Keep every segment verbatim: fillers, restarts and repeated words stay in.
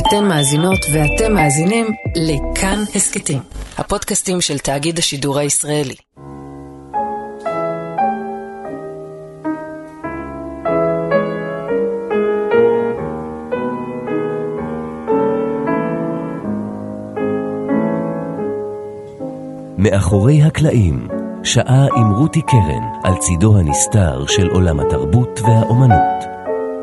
אתן מאזינות ואתם מאזינים לכאן הסקטים, הפודקאסטים של תאגיד השידור הישראלי. מאחורי הקלעים, שעה עם רותי קרן על צידו הנסתר של עולם התרבות והאומנות.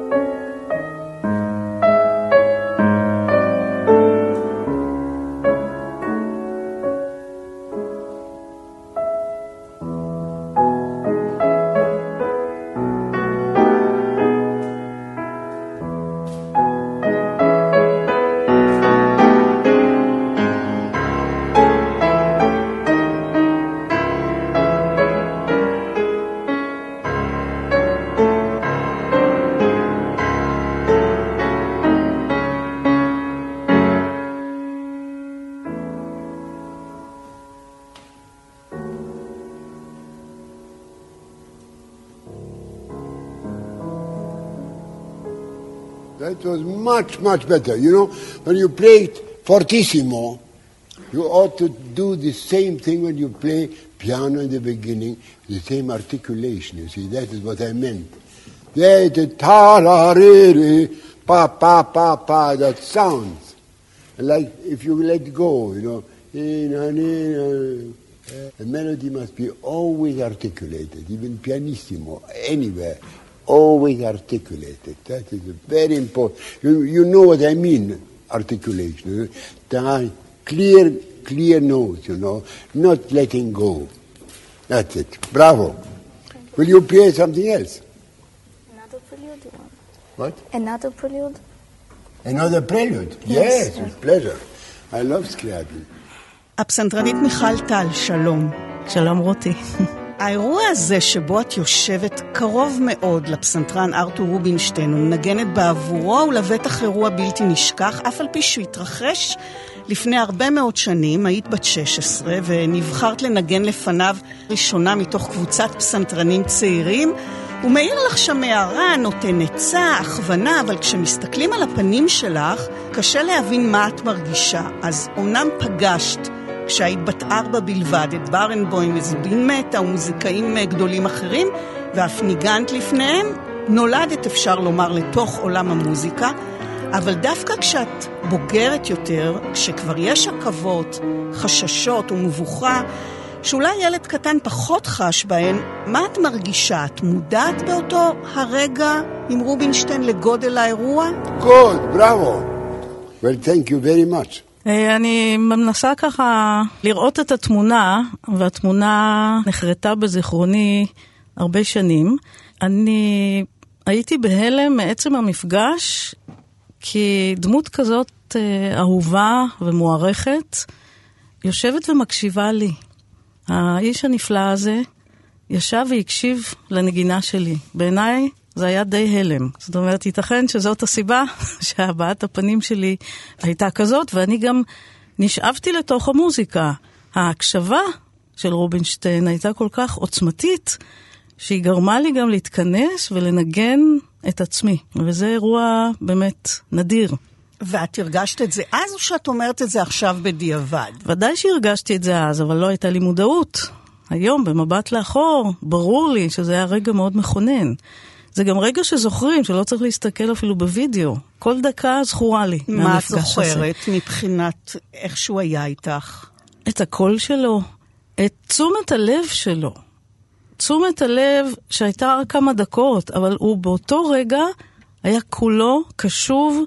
That was much, much better. You know, when you play it fortissimo, you ought to do the same thing when you play piano in the beginning, the same articulation, you see. That is what I meant. That ta-ra-re-re, pa-pa-pa-pa, that sounds. Like if you let go, you know, the melody must be always articulated, even pianissimo, anywhere. Always articulated. That is very important. You, you know what I mean, articulation. Clear, clear notes, you know, not letting go. That's it. Bravo. Will you play something else? Another prelude. What? Another prelude. Another prelude? Yes, yes, with pleasure. I love Scriabin. הפסנתרנית מיכל טל, שלום. שלום רותי. האירוע הזה שבו את יושבת קרוב מאוד לפסנתרן ארתור רובינשטיין ומנגנת בעבורו ולבטח אירוע בלתי נשכח, אף על פי שהוא התרחש לפני הרבה מאוד שנים, היית בת שש עשרה ונבחרת לנגן לפניו ראשונה מתוך קבוצת פסנתרנים צעירים, הוא מאיר לך שם הערה, נותן עצה, הכוונה, אבל כשמסתכלים על הפנים שלך קשה להבין מה את מרגישה. אז אומנם פגשת כשהיית בת ארבע בלבד את ברנבוים וזבין מטה ומוזיקאים גדולים אחרים, ואף ניגנת לפניהם, נולדת אפשר לומר לתוך עולם המוזיקה, אבל דווקא כשאת בוגרת יותר, כשכבר יש עכבות, חששות ומבוכה, שאולי ילד קטן פחות חש בהן, מה את מרגישה? את מודעת באותו הרגע עם רובינשטיין לגודל האירוע? Good, bravo. Well, thank you very much. אני מנסה ככה לראות את התמונה, והתמונה נחרטה בזיכרוני הרבה שנים. אני הייתי בהלם מעצם המפגש, כי דמות כזאת אהובה ומוערכת יושבת ומקשיבה לי. האיש הנפלא הזה ישב והקשיב לנגינה שלי. בעיניי זה היה די הלם. זאת אומרת, ייתכן שזאת הסיבה שהבעת הפנים שלי הייתה כזאת, ואני גם נשאבתי לתוך המוזיקה. ההקשבה של רובינשטיין הייתה כל כך עוצמתית, שהיא גרמה לי גם להתכנס ולנגן את עצמי. וזה אירוע באמת נדיר. ואת הרגשת את זה אז, או שאת אומרת את זה עכשיו בדיעבד? ודאי שהרגשתי את זה אז, אבל לא הייתה לי מודעות. היום, במבט לאחור, ברור לי שזה היה רגע מאוד מכונן. זה גם רגע שזוכרים, שלא צריך להסתכל אפילו בווידאו. כל דקה זכורה לי. מה את זוכרת מבחינת איך שהוא היה איתך? את הקול שלו, את תשומת הלב שלו. תשומת הלב שהייתה רק כמה דקות, אבל הוא באותו רגע היה כולו קשוב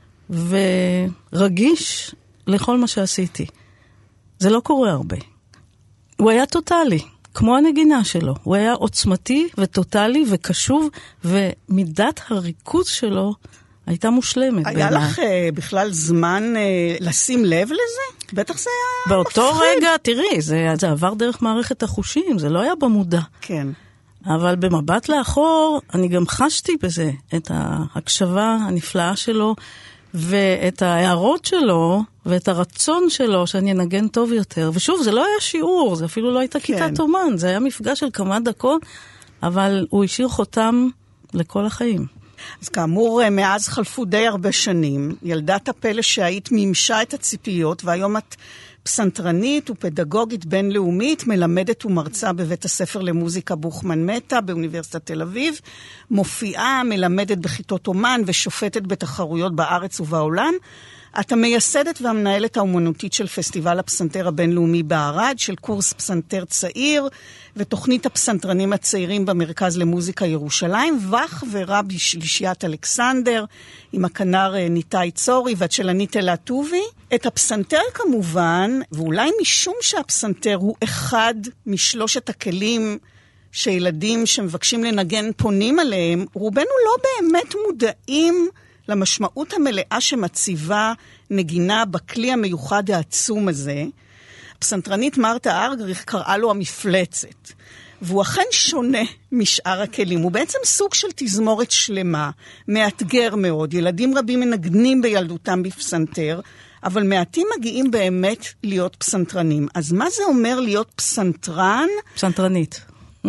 ורגיש לכל מה שעשיתי. זה לא קורה הרבה. הוא היה טוטלי. כמו הנגינה שלו. הוא היה עוצמתי וטוטלי וקשוב, ומידת הריכוז שלו הייתה מושלמת. היה בעיני. לך uh, בכלל זמן uh, לשים לב לזה? בטח זה היה באותו מפחיד. רגע, תראי, זה, זה עבר דרך מערכת החושים, זה לא היה במודע. כן. אבל במבט לאחור, אני גם חשתי בזה, את ההקשבה הנפלאה שלו, ואת ההערות שלו, ואת הרצון שלו שאני אנגן טוב יותר. ושוב, זה לא היה שיעור, זה אפילו לא הייתה כיתת כן. אומן, זה היה מפגש של כמה דקות, אבל הוא השאיר חותם לכל החיים. אז כאמור, מאז חלפו די הרבה שנים. ילדת הפלא שהיית מימשה את הציפיות, והיום את פסנתרנית ופדגוגית בינלאומית, מלמדת ומרצה בבית הספר למוזיקה בוכמן מטה באוניברסיטת תל אביב, מופיעה, מלמדת בכיתות אומן ושופטת בתחרויות בארץ ובעולם. את המייסדת והמנהלת האומנותית של פסטיבל הפסנתר הבינלאומי בערד, של קורס פסנתר צעיר, ותוכנית הפסנתרנים הצעירים במרכז למוזיקה ירושלים, וחברה בשלישיית אלכסנדר, עם הכנר ניתאי צורי והצ'לנית אלה טובי. את הפסנתר כמובן, ואולי משום שהפסנתר הוא אחד משלושת הכלים שילדים שמבקשים לנגן פונים עליהם, רובנו לא באמת מודעים למשמעות המלאה שמציבה נגינה בכלי המיוחד העצום הזה. הפסנתרנית מרתה ארגריך קראה לו המפלצת, והוא אכן שונה משאר הכלים. הוא בעצם סוג של תזמורת שלמה, מאתגר מאוד. ילדים רבים מנגנים בילדותם בפסנתר, אבל מעטים מגיעים באמת להיות פסנתרנים. אז מה זה אומר להיות פסנתרן? פסנתרנית.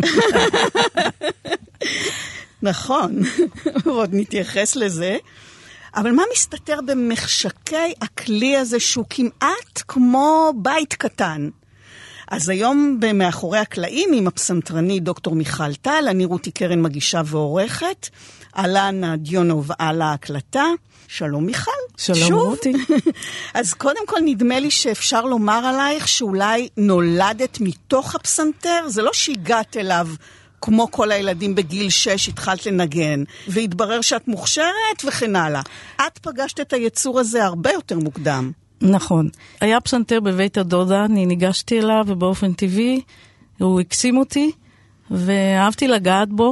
נכון, ועוד נתייחס לזה. אבל מה מסתתר במחשקי הכלי הזה שהוא כמעט כמו בית קטן? אז היום במאחורי הקלעים עם הפסנתרנית דוקטור מיכל טל, אני רותי קרן מגישה ועורכת, אלנה דיונוב על ההקלטה. שלום מיכל. שלום שוב. רותי. אז קודם כל נדמה לי שאפשר לומר עלייך שאולי נולדת מתוך הפסנתר, זה לא שהגעת אליו כמו כל הילדים בגיל שש התחלת לנגן, והתברר שאת מוכשרת וכן הלאה. את פגשת את היצור הזה הרבה יותר מוקדם. נכון. היה פסנתר בבית הדודה, אני ניגשתי אליו ובאופן טבעי, הוא הקסים אותי, ואהבתי לגעת בו,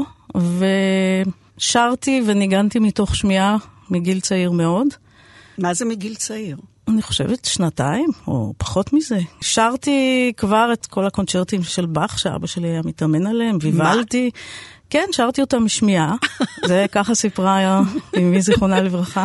ושרתי וניגנתי מתוך שמיעה מגיל צעיר מאוד. מה זה מגיל צעיר? אני חושבת שנתיים, או פחות מזה. שרתי כבר את כל הקונצ'רטים של באך, שאבא שלי היה מתאמן עליהם, ויבלתי. כן, שרתי אותם משמיעה. זה ככה סיפרה אמי זיכרונה לברכה.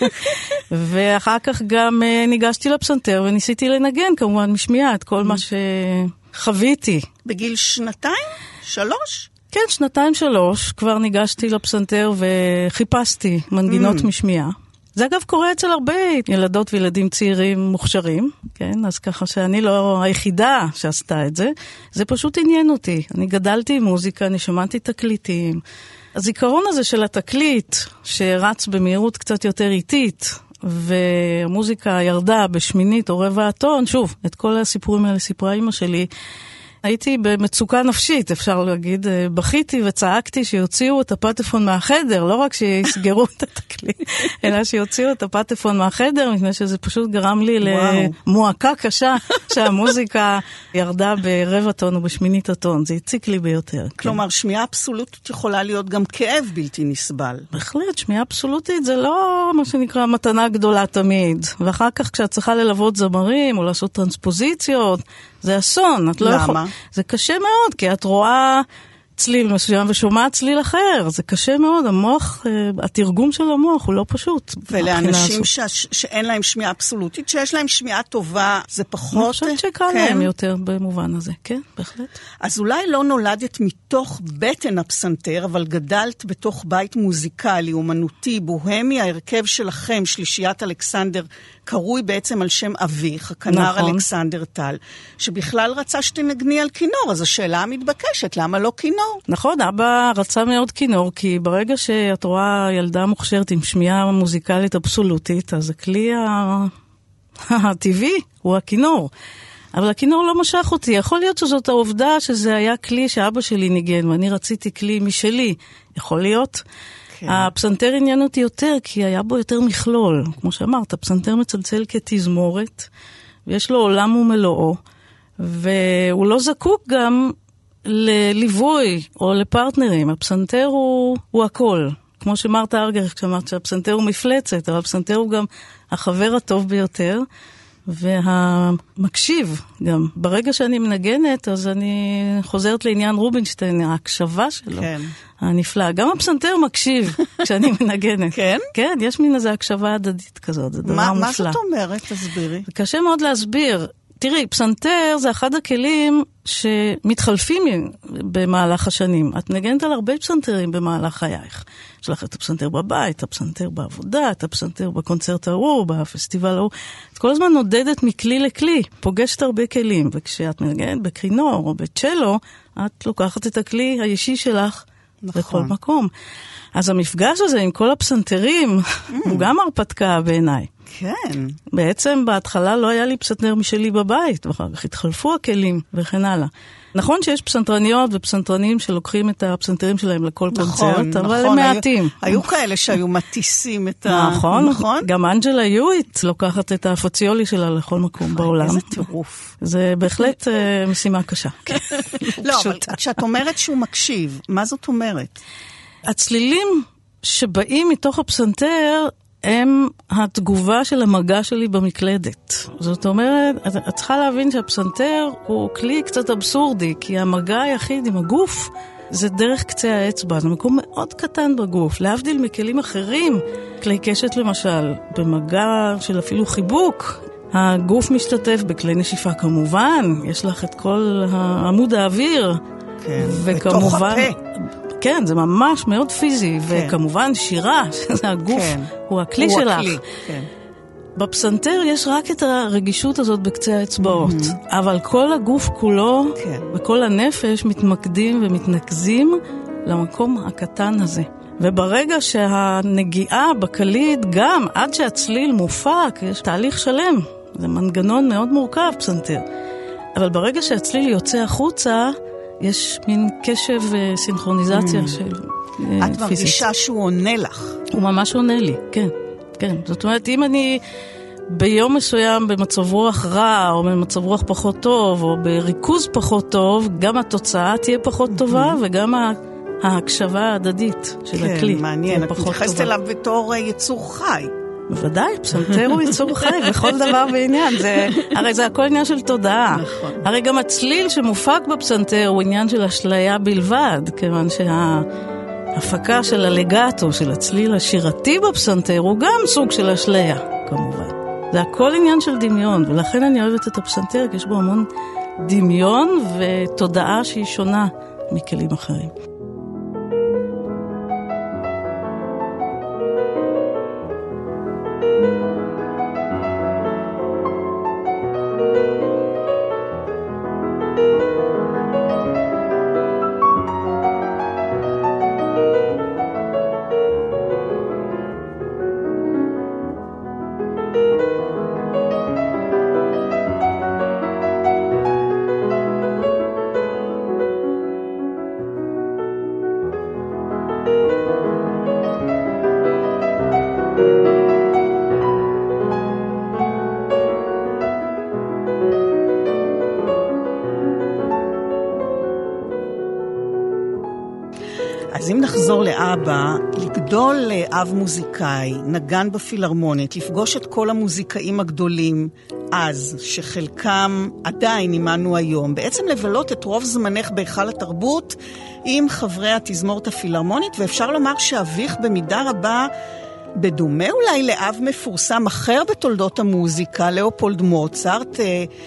ואחר כך גם ניגשתי לפסנתר, וניסיתי לנגן כמובן משמיעה את כל מה שחוויתי. בגיל שנתיים? שלוש? כן, שנתיים שלוש. כבר ניגשתי לפסנתר וחיפשתי מנגינות משמיעה. זה אגב קורה אצל הרבה ילדות וילדים צעירים מוכשרים, כן? אז ככה שאני לא היחידה שעשתה את זה, זה פשוט עניין אותי. אני גדלתי עם מוזיקה, אני שמעתי תקליטים. הזיכרון הזה של התקליט, שרץ במהירות קצת יותר איטית, והמוזיקה ירדה בשמינית או רבע הטון, שוב, את כל הסיפורים האלה סיפרה אמא שלי, הייתי במצוקה נפשית, אפשר להגיד, בכיתי וצעקתי שיוציאו את הפטפון מהחדר, לא רק שיסגרו את התקליט, אלא שיוציאו את הפטפון מהחדר, מפני שזה פשוט גרם לי למועקה קשה, שהמוזיקה ירדה ברבע טון או בשמינית הטון, זה הציק לי ביותר. כלומר, שמיעה אבסולוטית יכולה להיות גם כאב בלתי נסבל. בהחלט, שמיעה אבסולוטית זה לא מה שנקרא מתנה גדולה תמיד, ואחר כך כשאת צריכה ללוות זמרים או לעשות טרנספוזיציות, זה אסון. את לא למה? יכול... זה קשה מאוד, כי את רואה צליל מסוים ושומעת צליל אחר. זה קשה מאוד. המוח, התרגום של המוח הוא לא פשוט. ולאנשים ש... שאין להם שמיעה אבסולוטית, שיש להם שמיעה טובה, זה פחות... אני חושבת שקל כן? להם יותר במובן הזה. כן, בהחלט. אז אולי לא נולדת מתוך בטן הפסנתר, אבל גדלת בתוך בית מוזיקלי, אומנותי, בוהמי, ההרכב שלכם, שלישיית אלכסנדר, קרוי בעצם על שם אביך, הכנר נכון. אלכסנדר טל, שבכלל רצה שתנגני על כינור, אז השאלה המתבקשת, למה לא כינור? נכון, אבא רצה מאוד כינור, כי ברגע שאת רואה ילדה מוכשרת עם שמיעה מוזיקלית אבסולוטית, אז הכלי הטבעי הוא הכינור. אבל הכינור לא משך אותי. יכול להיות שזאת העובדה שזה היה כלי שאבא שלי ניגן, ואני רציתי כלי משלי. יכול להיות. כן. הפסנתר עניין אותי יותר, כי היה בו יותר מכלול. כמו שאמרת, הפסנתר מצלצל כתזמורת, ויש לו עולם ומלואו, והוא לא זקוק גם לליווי או לפרטנרים. הפסנתר הוא, הוא הכל. כמו שמרת ארגריך, כשאמרת שהפסנתר הוא מפלצת, אבל הפסנתר הוא גם החבר הטוב ביותר, והמקשיב גם. ברגע שאני מנגנת, אז אני חוזרת לעניין רובינשטיין, ההקשבה שלו. כן. הנפלא. גם הפסנתר מקשיב כשאני מנגנת. כן? כן, יש מין איזו הקשבה הדדית כזאת, זה דבר מה, מופלא. מה זאת אומרת? תסבירי. זה קשה מאוד להסביר. תראי, פסנתר זה אחד הכלים שמתחלפים במהלך השנים. את נגנת על הרבה פסנתרים במהלך חייך. יש לך את הפסנתר בבית, את הפסנתר בעבודה, את הפסנתר בקונצרט ההוא, בפסטיבל ההוא. את כל הזמן נודדת מכלי לכלי, פוגשת הרבה כלים, וכשאת מנגנת בקרינור או בצ'לו, את לוקחת את הכלי האישי שלך נכון. בכל מקום. אז המפגש הזה עם כל הפסנתרים, mm. הוא גם הרפתקה בעיניי. כן. בעצם בהתחלה לא היה לי פסנתר משלי בבית, ואחר כך התחלפו הכלים וכן הלאה. נכון שיש פסנתרניות ופסנתרנים שלוקחים את הפסנתרים שלהם לכל נכון, קונצרט, אבל נכון, הם מעטים. היו, היו כאלה שהיו מטיסים את ה... נכון, נכון. גם אנג'לה יואיט לוקחת את הפוציולי שלה לכל מקום בעולם. איזה טירוף. זה בהחלט משימה קשה. לא, אבל כשאת אומרת שהוא מקשיב, מה זאת אומרת? הצלילים שבאים מתוך הפסנתר הם התגובה של המגע שלי במקלדת. זאת אומרת, את צריכה להבין שהפסנתר הוא כלי קצת אבסורדי, כי המגע היחיד עם הגוף זה דרך קצה האצבע, זה מקום מאוד קטן בגוף, להבדיל מכלים אחרים, כלי קשת למשל, במגע של אפילו חיבוק, הגוף משתתף בכלי נשיפה כמובן, יש לך את כל עמוד האוויר, כן, וכמובן, בתוך הפה. כן, זה ממש מאוד פיזי, כן. וכמובן שירה, שזה הגוף, כן. הוא הכלי הוא שלך. הכלי, כן. בפסנתר יש רק את הרגישות הזאת בקצה האצבעות, mm-hmm. אבל כל הגוף כולו, כן. וכל הנפש מתמקדים ומתנקזים למקום הקטן הזה. וברגע שהנגיעה בקליד, גם עד שהצליל מופק, יש תהליך שלם. זה מנגנון מאוד מורכב, פסנתר. אבל ברגע שהצליל יוצא החוצה, יש מין קשב וסינכרוניזציה mm. של פיזית. את מרגישה שהוא עונה לך. הוא ממש עונה לי, כן. כן. זאת אומרת, אם אני ביום מסוים במצב רוח רע, או במצב רוח פחות טוב, או בריכוז פחות טוב, גם התוצאה תהיה פחות טובה, וגם ההקשבה ההדדית של כן, הכלי. כן, מעניין. את מתייחסת אליו בתור יצור חי. בוודאי, פסנתר הוא יצור חי, בכל דבר בעניין. זה, הרי זה הכל עניין של תודעה. נכון. הרי גם הצליל שמופק בפסנתר הוא עניין של אשליה בלבד, כיוון שההפקה של הלגטו, של הצליל השירתי בפסנתר, הוא גם סוג של אשליה, כמובן. זה הכל עניין של דמיון, ולכן אני אוהבת את הפסנתר, כי יש בו המון דמיון ותודעה שהיא שונה מכלים אחרים. אז אם נחזור לאבא, לגדול לאב מוזיקאי, נגן בפילהרמונית, לפגוש את כל המוזיקאים הגדולים אז, שחלקם עדיין עימנו היום, בעצם לבלות את רוב זמנך בהיכל התרבות עם חברי התזמורת הפילהרמונית, ואפשר לומר שאביך במידה רבה, בדומה אולי לאב מפורסם אחר בתולדות המוזיקה, לאופולד מוצרט,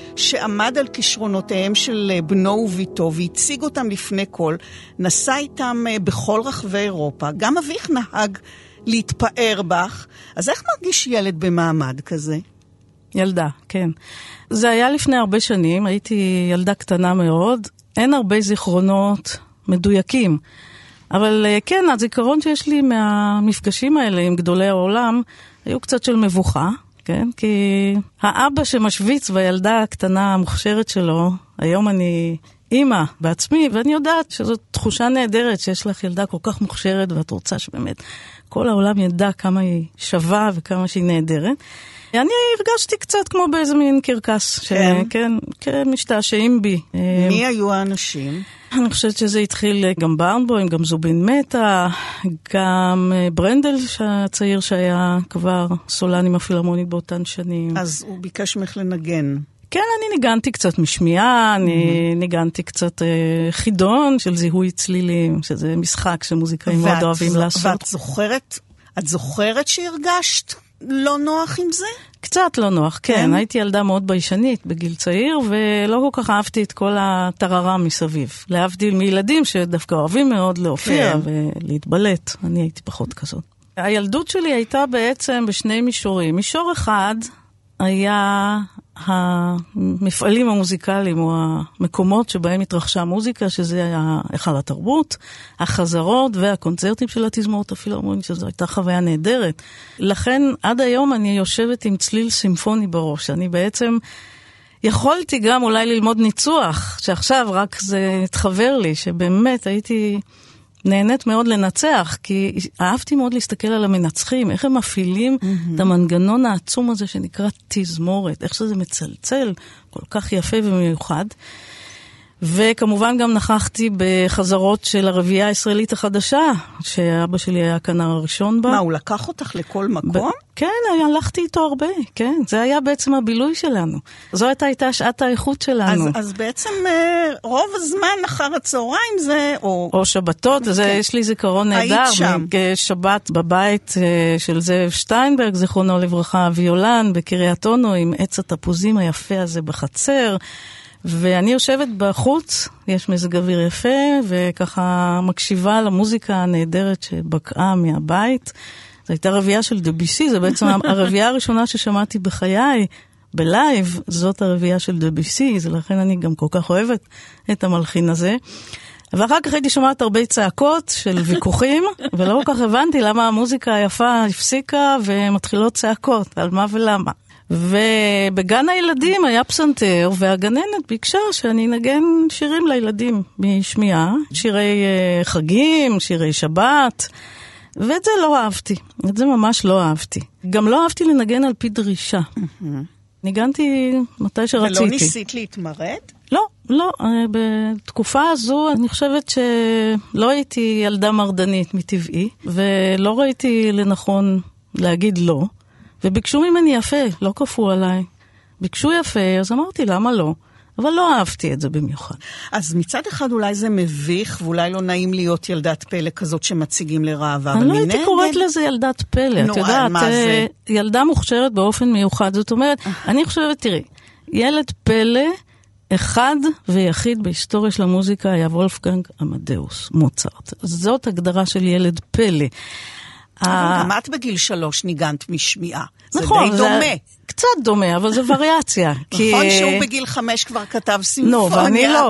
שעמד על כישרונותיהם של בנו וביתו, והציג אותם לפני כל, נסע איתם בכל רחבי אירופה. גם אביך נהג להתפאר בך. אז איך מרגיש ילד במעמד כזה? ילדה, כן. זה היה לפני הרבה שנים, הייתי ילדה קטנה מאוד, אין הרבה זיכרונות מדויקים. אבל כן, הזיכרון שיש לי מהמפגשים האלה עם גדולי העולם, היו קצת של מבוכה, כן? כי האבא שמשוויץ והילדה הקטנה המוכשרת שלו, היום אני אימא בעצמי, ואני יודעת שזאת תחושה נהדרת שיש לך ילדה כל כך מוכשרת, ואת רוצה שבאמת כל העולם ידע כמה היא שווה וכמה שהיא נהדרת. אני הרגשתי קצת כמו באיזה מין קרקס, כן. שכן, כן, משתעשעים בי. מי היו האנשים? אני חושבת שזה התחיל גם ברנבוים, גם זובין מטה, גם ברנדל הצעיר שהיה כבר סולן עם הפילהרמונית באותן שנים. אז הוא ביקש ממך לנגן. כן, אני ניגנתי קצת משמיעה, אני ניגנתי קצת חידון של זיהוי צלילים, שזה משחק שמוזיקאים מאוד אוהבים לעשות. ואת זוכרת, את זוכרת שהרגשת לא נוח עם זה? קצת קצת לא נוח, כן. כן? הייתי ילדה מאוד ביישנית בגיל צעיר, ולא כל כך אהבתי את כל הטררה מסביב. להבדיל מילדים שדווקא אוהבים מאוד להופיע כן. ולהתבלט. אני הייתי פחות כזאת. הילדות שלי הייתה בעצם בשני מישורים. מישור אחד היה המפעלים המוזיקליים, או המקומות שבהם התרחשה מוזיקה, שזה היה היכל התרבות, החזרות והקונצרטים של התזמורת הפילהרמונית, שזו הייתה חוויה נהדרת. לכן עד היום אני יושבת עם צליל סימפוני בראש. אני בעצם יכולתי גם אולי ללמוד ניצוח, שעכשיו רק זה התחבר לי, שבאמת הייתי נהנית מאוד לנצח, כי אהבתי מאוד להסתכל על המנצחים, איך הם מפעילים mm-hmm. את המנגנון העצום הזה שנקרא תזמורת, איך שזה מצלצל, כל כך יפה ומיוחד. וכמובן גם נכחתי בחזרות של הרביעייה הישראלית החדשה, שאבא שלי היה הכנר הראשון בה. מה, הוא לקח אותך לכל מקום? ב- כן, הלכתי איתו הרבה, כן. זה היה בעצם הבילוי שלנו. זו הייתה, הייתה שעת האיכות שלנו. אז, אז בעצם רוב הזמן אחר הצהריים זה... או, או שבתות, זה, כן. יש לי זיכרון נהדר. היית שם. שבת בבית של זאב שטיינברג, זיכרונו לברכה, ויולן, בקריית אונו, עם עץ התפוזים היפה הזה בחצר. ואני יושבת בחוץ, יש מזג אוויר יפה, וככה מקשיבה למוזיקה הנהדרת שבקעה מהבית. זו הייתה רביעייה של דביסי, זו בעצם הרביעייה הראשונה ששמעתי בחיי, בלייב, זאת הרביעייה של דביסי, זה לכן אני גם כל כך אוהבת את המלחין הזה. ואחר כך הייתי שומעת הרבה צעקות של ויכוחים, ולא כל כך הבנתי למה המוזיקה היפה הפסיקה ומתחילות צעקות, על מה ולמה. ובגן הילדים היה פסנתר, והגננת ביקשה שאני נגן שירים לילדים משמיעה, שירי חגים, שירי שבת, ואת זה לא אהבתי, את זה ממש לא אהבתי. גם לא אהבתי לנגן על פי דרישה. ניגנתי מתי שרציתי. ולא ניסית להתמרד? לא, לא. בתקופה הזו אני חושבת שלא הייתי ילדה מרדנית מטבעי, ולא ראיתי לנכון להגיד לא. וביקשו ממני יפה, לא כפו עליי. ביקשו יפה, אז אמרתי, למה לא? אבל לא אהבתי את זה במיוחד. אז מצד אחד אולי זה מביך, ואולי לא נעים להיות ילדת פלא כזאת שמציגים לרעבה. אני לא הייתי קוראת לזה ילדת פלא. את יודעת, ילדה מוכשרת באופן מיוחד. זאת אומרת, אני חושבת, תראי, ילד פלא, אחד ויחיד בהיסטוריה של המוזיקה היה וולפגנג אמדאוס מוצרט. זאת הגדרה של ילד פלא. אבל גם את בגיל שלוש ניגנת משמיעה. זה די דומה. קצת דומה, אבל זה וריאציה. נכון שהוא בגיל חמש כבר כתב סימפוניה. לא, ואני לא.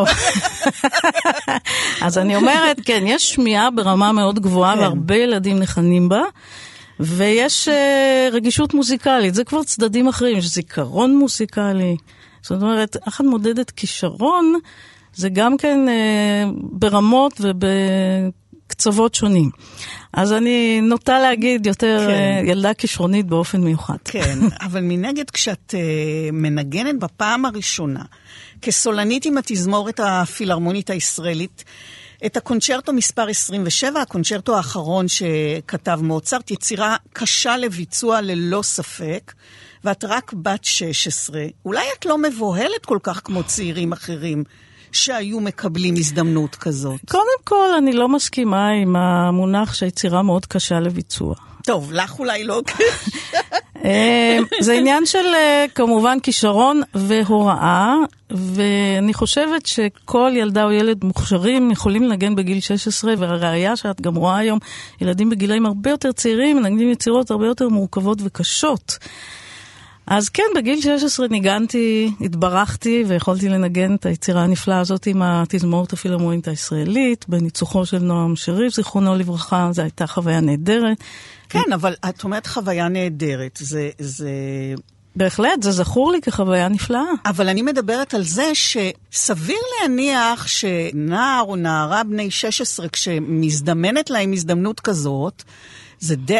אז אני אומרת, כן, יש שמיעה ברמה מאוד גבוהה, והרבה ילדים נחנים בה, ויש רגישות מוזיקלית. זה כבר צדדים אחרים, יש זיכרון מוזיקלי. זאת אומרת, אחד מודדת כישרון, זה גם כן ברמות וב... קצוות שונים. אז אני נוטה להגיד יותר כן. ילדה כישרונית באופן מיוחד. כן, אבל מנגד כשאת uh, מנגנת בפעם הראשונה, כסולנית עם התזמורת הפילהרמונית הישראלית, את הקונצ'רטו מספר עשרים ושבע, הקונצ'רטו האחרון שכתב מוצרט, יצירה קשה לביצוע ללא ספק, ואת רק בת שש עשרה. אולי את לא מבוהלת כל כך כמו צעירים אחרים, שהיו מקבלים הזדמנות כזאת. קודם כל, אני לא מסכימה עם המונח שהיצירה מאוד קשה לביצוע. טוב, לך אולי לא קשה. זה עניין של כמובן כישרון והוראה, ואני חושבת שכל ילדה או ילד מוכשרים יכולים לנגן בגיל שש עשרה, והראיה שאת גם רואה היום, ילדים בגילאים הרבה יותר צעירים, מנגנים יצירות הרבה יותר מורכבות וקשות. אז כן, בגיל שש עשרה ניגנתי, התברכתי ויכולתי לנגן את היצירה הנפלאה הזאת עם התזמורת הפילהרמונית הישראלית, בניצוחו של נועם שריף, זיכרונו לברכה, זו הייתה חוויה נהדרת. כן, אבל את אומרת חוויה נהדרת, זה... זה... בהחלט, זה זכור לי כחוויה נפלאה. אבל אני מדברת על זה שסביר להניח שנער או נערה בני שש עשרה, כשמזדמנת להם הזדמנות כזאת, זה די...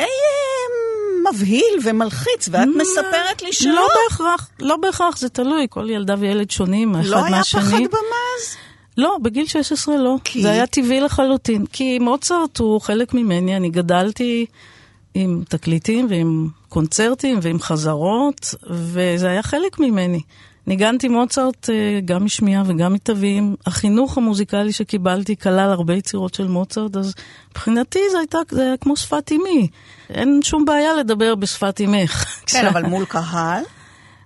מבהיל ומלחיץ, ואת מספרת לי שלא. לא בהכרח, לא בהכרח, זה תלוי, כל ילדה וילד שונים, אחד מהשני. לא היה פחד במאז? לא, בגיל שש עשרה לא. כי? זה היה טבעי לחלוטין. כי מוצרט הוא חלק ממני, אני גדלתי עם תקליטים ועם קונצרטים ועם חזרות, וזה היה חלק ממני. ניגנתי מוצרט גם משמיעה וגם מתווים. החינוך המוזיקלי שקיבלתי כלל הרבה יצירות של מוצרט, אז מבחינתי זה הייתה, זה היה כמו שפת אמי. אין שום בעיה לדבר בשפת אמך. כן, אבל מול קהל?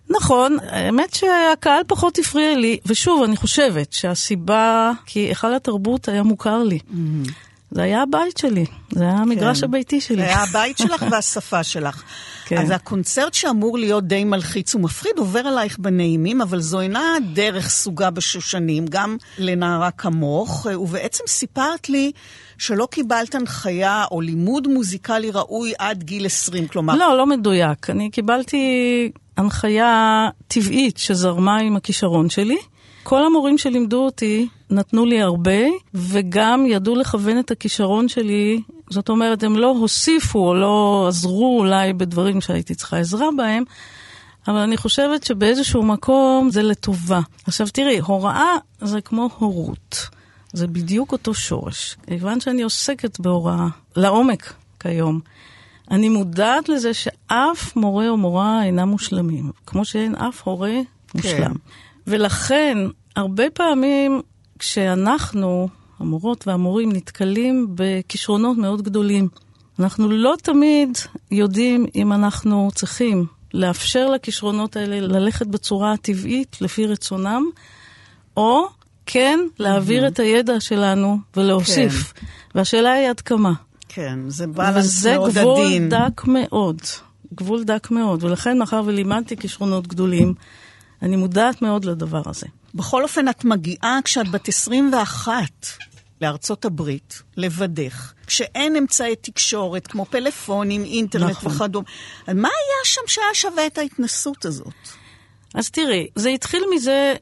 נכון, האמת שהקהל פחות הפריע לי, ושוב, אני חושבת שהסיבה, כי היכל התרבות היה מוכר לי. Mm-hmm. זה היה הבית שלי, זה היה המגרש כן. הביתי שלי. זה היה הבית שלך והשפה שלך. כן. אז הקונצרט שאמור להיות די מלחיץ ומפחיד עובר עלייך בנעימים, אבל זו אינה דרך סוגה בשושנים, גם לנערה כמוך, ובעצם סיפרת לי שלא קיבלת הנחיה או לימוד מוזיקלי ראוי עד גיל עשרים, כלומר... לא, לא מדויק. אני קיבלתי הנחיה טבעית שזרמה עם הכישרון שלי. כל המורים שלימדו אותי נתנו לי הרבה, וגם ידעו לכוון את הכישרון שלי. זאת אומרת, הם לא הוסיפו או לא עזרו אולי בדברים שהייתי צריכה עזרה בהם, אבל אני חושבת שבאיזשהו מקום זה לטובה. עכשיו תראי, הוראה זה כמו הורות. זה בדיוק אותו שורש. כיוון שאני עוסקת בהוראה לעומק כיום, אני מודעת לזה שאף מורה או מורה אינם מושלמים, כמו שאין אף הורה מושלם. כן. ולכן, הרבה פעמים כשאנחנו, המורות והמורים, נתקלים בכישרונות מאוד גדולים, אנחנו לא תמיד יודעים אם אנחנו צריכים לאפשר לכישרונות האלה ללכת בצורה טבעית לפי רצונם, או כן להעביר את הידע שלנו ולהוסיף. כן. והשאלה היא עד כמה. כן, זה בלנס מאוד עדין. וזה גבול דק מאוד, גבול דק מאוד, ולכן מאחר ולימדתי כישרונות גדולים, אני מודעת מאוד לדבר הזה. בכל אופן, את מגיעה כשאת בת עשרים ואחת לארצות הברית, לבדך, כשאין אמצעי תקשורת, כמו פלאפונים, אינטרנט נכון. וכדומה. מה היה שם שהיה שווה את ההתנסות הזאת? אז תראי, זה התחיל מזה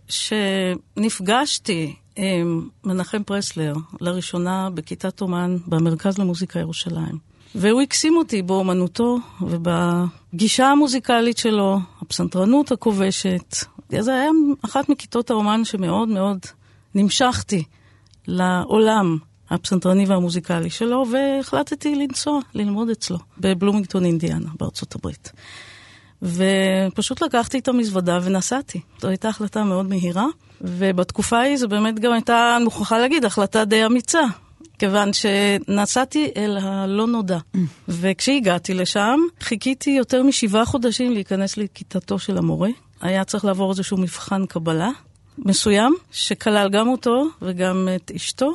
שנפגשתי עם מנחם פרסלר, לראשונה בכיתת אומן במרכז למוזיקה ירושלים. והוא הקסים אותי באומנותו ובגישה המוזיקלית שלו, הפסנתרנות הכובשת. זה היה אחת מכיתות האומן שמאוד מאוד נמשכתי לעולם הפסנתרני והמוזיקלי שלו, והחלטתי לנסוע, ללמוד אצלו, בבלומינגטון, אינדיאנה, בארצות הברית. ופשוט לקחתי את המזוודה ונסעתי. זו הייתה החלטה מאוד מהירה, ובתקופה ההיא זו באמת גם הייתה, אני מוכרחה להגיד, החלטה די אמיצה. כיוון שנסעתי אל הלא נודע. וכשהגעתי לשם, חיכיתי יותר משבעה חודשים להיכנס לכיתתו של המורה. היה צריך לעבור איזשהו מבחן קבלה מסוים, שכלל גם אותו וגם את אשתו.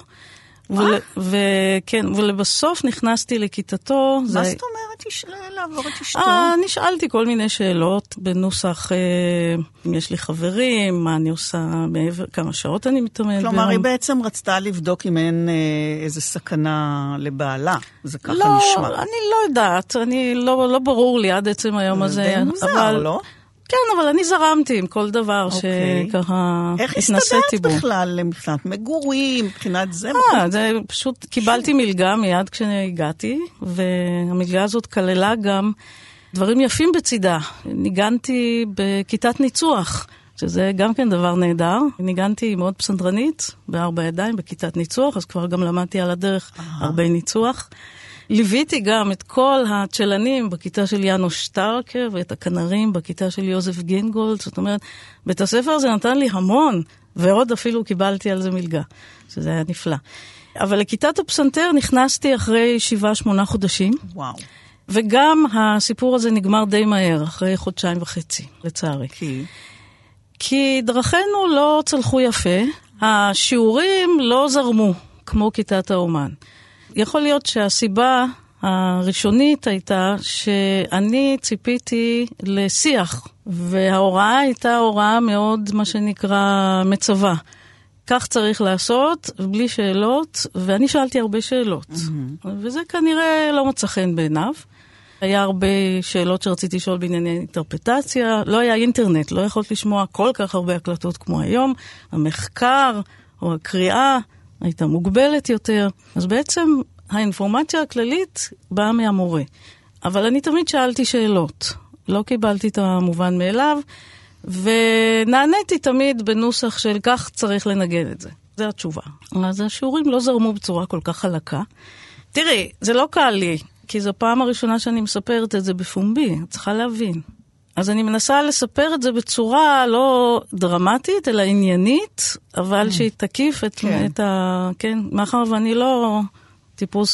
וכן, ולבסוף נכנסתי לכיתתו. מה זאת אומרת לעבור את אשתו? נשאלתי כל מיני שאלות בנוסח, אם יש לי חברים, מה אני עושה מעבר, כמה שעות אני מתאמנת. כלומר, היא בעצם רצתה לבדוק אם אין איזה סכנה לבעלה. זה ככה נשמע. לא, אני לא יודעת, אני לא ברור לי עד עצם היום הזה. זה מוזר, לא? כן, אבל אני זרמתי עם כל דבר שככה התנסיתי בו. איך הסתדרת בכלל מבחינת מגורים, מבחינת זה? אה, זה פשוט קיבלתי מלגה מיד כשהגעתי, והמלגה הזאת כללה גם דברים יפים בצידה. ניגנתי בכיתת ניצוח, שזה גם כן דבר נהדר. ניגנתי מאוד פסנתרנית, בארבע ידיים, בכיתת ניצוח, אז כבר גם למדתי על הדרך הרבה ניצוח. ליוויתי גם את כל הצ'לנים בכיתה של יאנוש שטרקר, ואת הכנרים בכיתה של יוזף גינגולד. זאת אומרת, בית הספר הזה נתן לי המון, ועוד אפילו קיבלתי על זה מלגה, שזה היה נפלא. אבל לכיתת הפסנתר נכנסתי אחרי שבעה, שמונה חודשים. וואו. וגם הסיפור הזה נגמר די מהר, אחרי חודשיים וחצי, לצערי. כי? כי דרכינו לא צלחו יפה, השיעורים לא זרמו, כמו כיתת האומן. יכול להיות שהסיבה הראשונית הייתה שאני ציפיתי לשיח, וההוראה הייתה הוראה מאוד, מה שנקרא, מצווה. כך צריך לעשות, בלי שאלות, ואני שאלתי הרבה שאלות. Mm-hmm. וזה כנראה לא מצא חן בעיניו. היה הרבה שאלות שרציתי לשאול בענייני אינטרפטציה, לא היה אינטרנט, לא יכולת לשמוע כל כך הרבה הקלטות כמו היום. המחקר או הקריאה הייתה מוגבלת יותר, אז בעצם האינפורמציה הכללית באה מהמורה. אבל אני תמיד שאלתי שאלות, לא קיבלתי את המובן מאליו, ונעניתי תמיד בנוסח של כך צריך לנגן את זה. זו התשובה. אז השיעורים לא זרמו בצורה כל כך חלקה. תראי, זה לא קל לי, כי זו פעם הראשונה שאני מספרת את זה בפומבי, צריכה להבין. אז אני מנסה לספר את זה בצורה לא דרמטית, אלא עניינית, אבל שהיא תקיף את, כן. את ה... כן, מאחר ואני לא טיפוס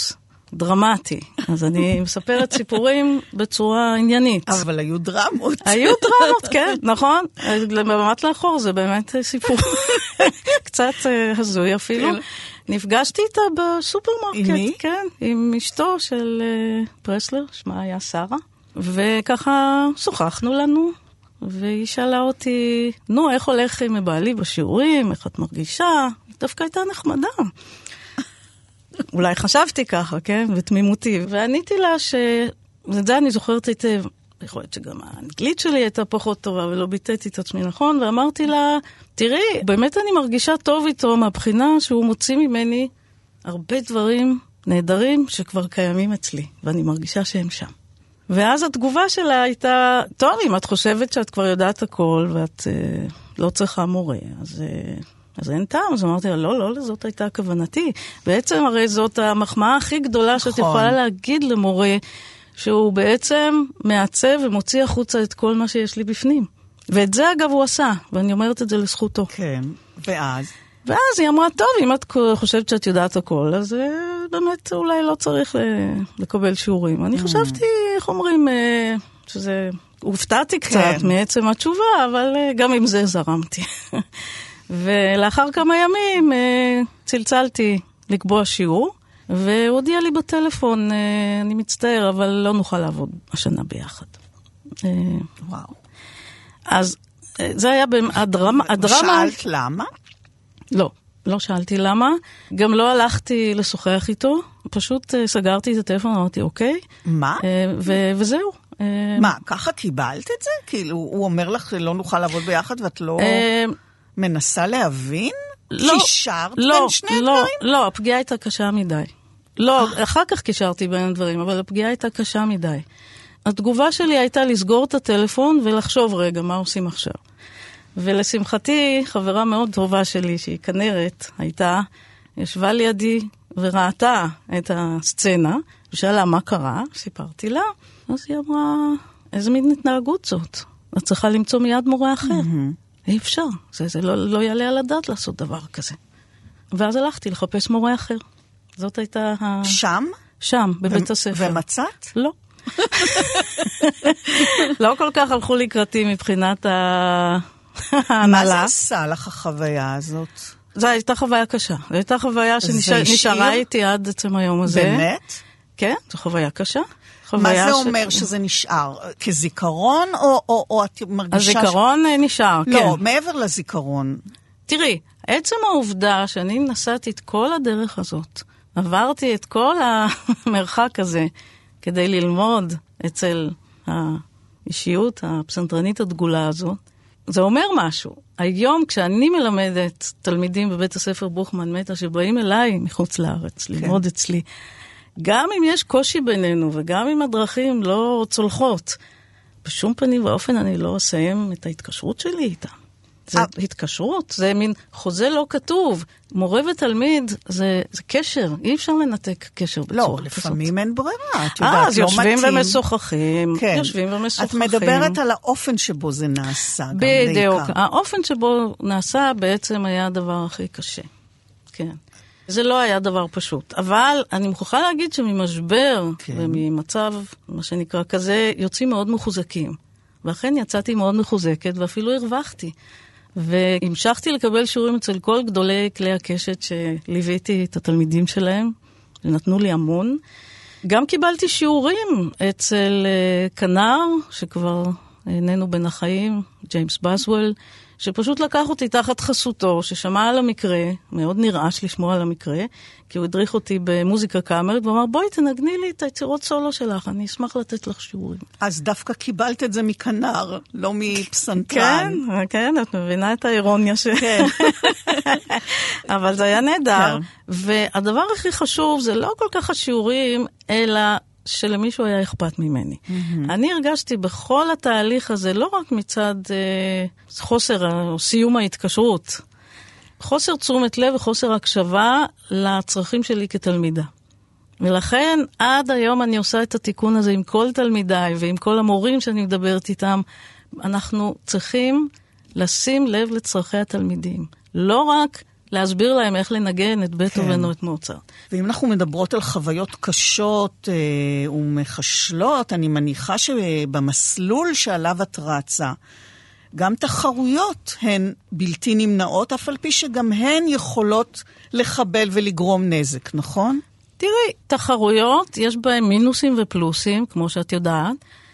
דרמטי. אז אני מספרת סיפורים בצורה עניינית. אבל היו דרמות. היו דרמות, כן, נכון. במבט לאחור זה באמת סיפור קצת הזוי אפילו. נפגשתי איתה בסופרמרקט. עם מי? כן, עם אשתו של פרסלר, שמה היה שרה. וככה שוחחנו לנו, והיא שאלה אותי, נו, איך הולך עם בעלי בשיעורים, איך את מרגישה? דווקא הייתה נחמדה. אולי חשבתי ככה, כן? ותמימותי. ועניתי לה שאת זה אני זוכרת היטב. יכול להיות שגם האנגלית שלי הייתה פחות טובה, ולא ביטאתי את עצמי נכון, ואמרתי לה, תראי, באמת אני מרגישה טוב איתו מהבחינה שהוא מוציא ממני הרבה דברים נהדרים שכבר קיימים אצלי, ואני מרגישה שהם שם. ואז התגובה שלה הייתה, טוב, אם את חושבת שאת כבר יודעת הכל, ואת אה, לא צריכה מורה, אז... אה, אז אין טעם, אז אמרתי לה, לא, לא, זאת הייתה כוונתי. בעצם הרי זאת המחמאה הכי גדולה שאת יכולה להגיד למורה, שהוא בעצם מעצב ומוציא החוצה את כל מה שיש לי בפנים. ואת זה אגב הוא עשה, ואני אומרת את זה לזכותו. כן, ואז? ואז היא אמרה, טוב, אם את חושבת שאת יודעת הכל, אז באמת אולי לא צריך לקבל שיעורים. אני חשבתי, איך אומרים, שזה... הופתעתי קצת מעצם התשובה, אבל גם עם זה זרמתי. ולאחר כמה ימים צלצלתי לקבוע שיעור, והוא הודיע לי בטלפון, אני מצטער, אבל לא נוכל לעבוד השנה ביחד. וואו. אז זה היה הדרמה... שאלת למה? לא, לא שאלתי למה. גם לא הלכתי לשוחח איתו, פשוט סגרתי את הטלפון, אמרתי אוקיי. מה? וזהו. מה, ככה קיבלת את זה? כאילו, הוא אומר לך שלא נוכל לעבוד ביחד ואת לא... מנסה להבין? לא, קישרת לא, בין שני לא, דברים? לא, הפגיעה הייתה קשה מדי. לא, אחר כך קישרתי בין הדברים, אבל הפגיעה הייתה קשה מדי. התגובה שלי הייתה לסגור את הטלפון ולחשוב רגע מה עושים עכשיו. ולשמחתי, חברה מאוד טובה שלי, שהיא כנרת, הייתה, ישבה לידי וראתה את הסצנה, ושאלה מה קרה, סיפרתי לה, אז היא אמרה, איזה מין התנהגות זאת? את צריכה למצוא מיד מורה אחר. אי אפשר, זה, זה לא, לא יעלה על הדעת לעשות דבר כזה. ואז הלכתי לחפש מורה אחר. זאת הייתה... ה... שם? שם, בבית ו- הספר. ומצאת? לא. לא כל כך הלכו לקראתי מבחינת ההנהלה. מה זה עשה לך החוויה הזאת? זו הייתה חוויה קשה. זו הייתה חוויה שנשארה איתי עד עצם היום הזה. באמת? כן, זו חוויה קשה. מה זה אומר ש... שזה נשאר? כזיכרון או, או, או את מרגישה... הזיכרון ש... נשאר, לא, כן. לא, מעבר לזיכרון. תראי, עצם העובדה שאני נסעתי את כל הדרך הזאת, עברתי את כל המרחק הזה כדי ללמוד אצל האישיות הפסנתרנית הדגולה הזאת, זה אומר משהו. היום כשאני מלמדת תלמידים בבית הספר בוכמן מטה שבאים אליי מחוץ לארץ, כן. ללמוד אצלי, גם אם יש קושי בינינו וגם אם הדרכים לא צולחות, בשום פנים ואופן אני לא אסיים את ההתקשרות שלי איתם. זה התקשרות, זה מין חוזה לא כתוב. מורה ותלמיד, זה, זה קשר. אי אפשר לנתק קשר בצורה כזאת. לא, לפעמים אין ברירה. את יודעת, אה, אז לא יושבים מתאים. ומשוחחים. כן. יושבים ומשוחחים. את מדברת על האופן שבו זה נעשה. בדיוק. האופן שבו נעשה בעצם היה הדבר הכי קשה. כן. זה לא היה דבר פשוט. אבל אני מוכרחה להגיד שממשבר כן. וממצב, מה שנקרא כזה, יוצאים מאוד מחוזקים. ואכן יצאתי מאוד מחוזקת ואפילו הרווחתי. והמשכתי לקבל שיעורים אצל כל גדולי כלי הקשת שליוויתי את התלמידים שלהם, ונתנו לי המון. גם קיבלתי שיעורים אצל כנר, שכבר איננו בין החיים, ג'יימס בסוול, שפשוט לקח אותי תחת חסותו, ששמע על המקרה, מאוד נרעש לשמוע על המקרה, כי הוא הדריך אותי במוזיקה קאמרית, ואמר, בואי תנגני לי את היצירות סולו שלך, אני אשמח לתת לך שיעורים. אז דווקא קיבלת את זה מכנר, לא מפסנתרן. כן, כן, את מבינה את האירוניה ש... כן. אבל זה היה נהדר. כן. והדבר הכי חשוב זה לא כל כך השיעורים, אלא... שלמישהו היה אכפת ממני. Mm-hmm. אני הרגשתי בכל התהליך הזה, לא רק מצד אה, חוסר או סיום ההתקשרות, חוסר תשומת לב וחוסר הקשבה לצרכים שלי כתלמידה. ולכן עד היום אני עושה את התיקון הזה עם כל תלמידיי ועם כל המורים שאני מדברת איתם, אנחנו צריכים לשים לב לצרכי התלמידים. לא רק להסביר להם איך לנגן את בטהובן או את מוצרט. ואם אנחנו מדברות על חוויות קשות אה, ומחשלות, אני מניחה שבמסלול שעליו את רצה, גם תחרויות הן בלתי נמנעות, אף על פי שגם הן יכולות לחבל ולגרום נזק, נכון? תראי, תחרויות, יש בהן מינוסים ופלוסים, כמו שאת יודעת,